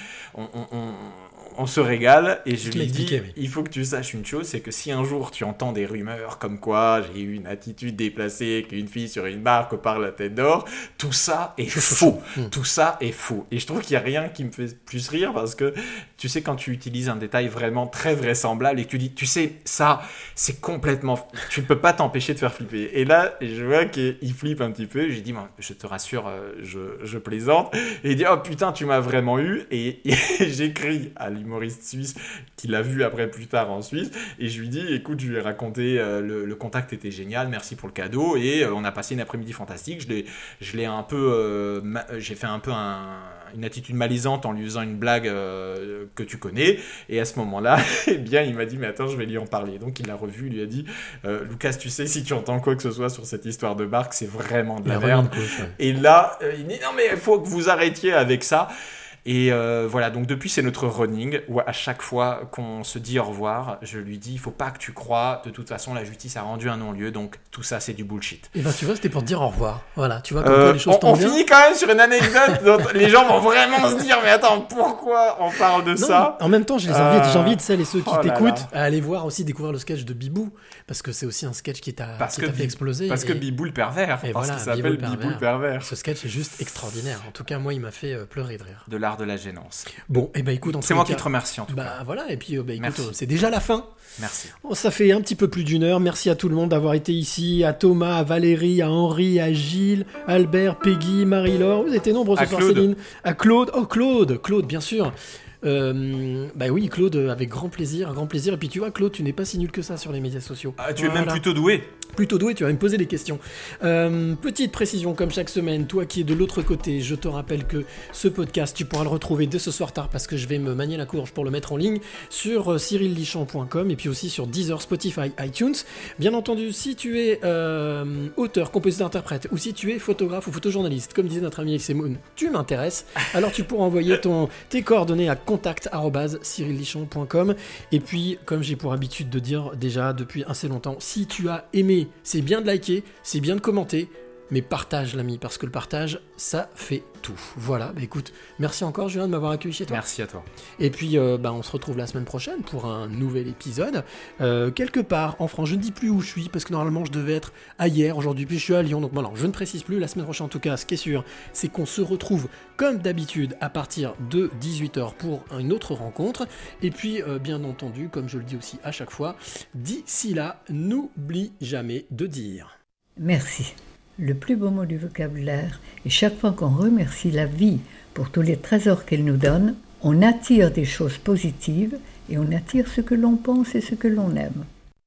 on se régale, et je lui dis, il faut que tu saches une chose, c'est que si un jour tu entends des rumeurs comme quoi j'ai eu une attitude déplacée, qu'une fille sur une barque par la Tête d'Or, tout ça est faux. Tout ça est faux. Et je trouve qu'il n'y a rien qui me fait plus rire, parce que tu sais, quand tu utilises un détail vraiment très vraisemblable et que tu dis, tu sais, ça, c'est complètement... Tu ne peux pas t'empêcher de faire flipper. Et là, je vois qu'il flippe un petit peu, je lui dis, je te rassure, je plaisante. Et il dit, oh putain, tu m'as vraiment eu. Et j'écris à l'humoriste suisse qui l'a vu après plus tard en Suisse, et je lui dis, écoute, je lui ai raconté, le contact était génial, merci pour le cadeau, et on a passé une après-midi fantastique. Je l'ai un peu j'ai fait un peu une attitude malaisante en lui faisant une blague que tu connais, et à ce moment-là, eh bien, il m'a dit, mais attends, je vais lui en parler. Donc il l'a revu, il lui a dit, Lucas, tu sais, si tu entends quoi que ce soit sur cette histoire de barque, c'est vraiment de la merde. Et là, il dit, non mais il faut que vous arrêtiez avec ça. Et voilà, donc depuis, c'est notre running, où à chaque fois qu'on se dit au revoir, je lui dis, il faut pas que tu crois, de toute façon, la justice a rendu un non-lieu, donc tout ça, c'est du bullshit.
Et ben tu vois, c'était pour te dire au revoir. Voilà, tu vois, comme quoi les choses tombent bien.
On finit quand même sur une anecdote dont les gens vont vraiment se dire, mais attends, pourquoi on parle de ça?
En même temps, j'ai envie de celles et ceux qui t'écoutent à aller voir aussi, découvrir le sketch de Bibou, parce que c'est aussi un sketch qui t'a fait exploser.
Parce que Bibou le pervers, parce qu'il s'appelle Bibou le pervers.
Ce sketch est juste extraordinaire. En tout cas, moi, il m'a fait pleurer de rire.
De l'art de la gênance.
Bon, et écoute,
c'est moi qui te remercie en tout cas.
Voilà, et puis écoute, c'est déjà la fin.
Merci.
Ça fait un petit peu plus d'1 heure. Merci à tout le monde d'avoir été ici, à Thomas, à Valérie, à Henri, à Gilles, Albert, Peggy, Marie-Laure. Vous étiez nombreux ce soir, Céline. À Claude. Oh, Claude, bien sûr. Bah oui, Claude, avec grand plaisir. Et puis tu vois, Claude, tu n'es pas si nul que ça sur les médias sociaux.
Ah, tu es même plutôt doué.
Tu vas me poser des questions. Petite précision, comme chaque semaine, toi qui es de l'autre côté, je te rappelle que ce podcast, tu pourras le retrouver dès ce soir tard, parce que je vais me manier la courge pour le mettre en ligne sur cyrillichamp.com, et puis aussi sur Deezer, Spotify, iTunes. Bien entendu, si tu es auteur, compositeur, interprète, ou si tu es photographe ou photojournaliste, comme disait notre ami Exemoun, tu m'intéresses, alors tu pourras envoyer tes coordonnées à contact@cyrillichamp.com. Et puis, comme j'ai pour habitude de dire déjà depuis assez longtemps, si tu as aimé, c'est bien de liker, c'est bien de commenter, mais partage, l'ami, parce que le partage, ça fait tout. Voilà, bah écoute, merci encore, Julien, de m'avoir accueilli chez toi.
Merci à toi.
Et puis, on se retrouve la semaine prochaine pour un nouvel épisode, quelque part en France. Je ne dis plus où je suis, parce que normalement, je devais être ailleurs aujourd'hui, puis je suis à Lyon, donc voilà, je ne précise plus. La semaine prochaine, en tout cas, ce qui est sûr, c'est qu'on se retrouve, comme d'habitude, à partir de 18h pour une autre rencontre. Et puis, bien entendu, comme je le dis aussi à chaque fois, d'ici là, n'oublie jamais de dire...
Merci. Le plus beau mot du vocabulaire, et chaque fois qu'on remercie la vie pour tous les trésors qu'elle nous donne, on attire des choses positives et on attire ce que l'on pense et ce que l'on aime.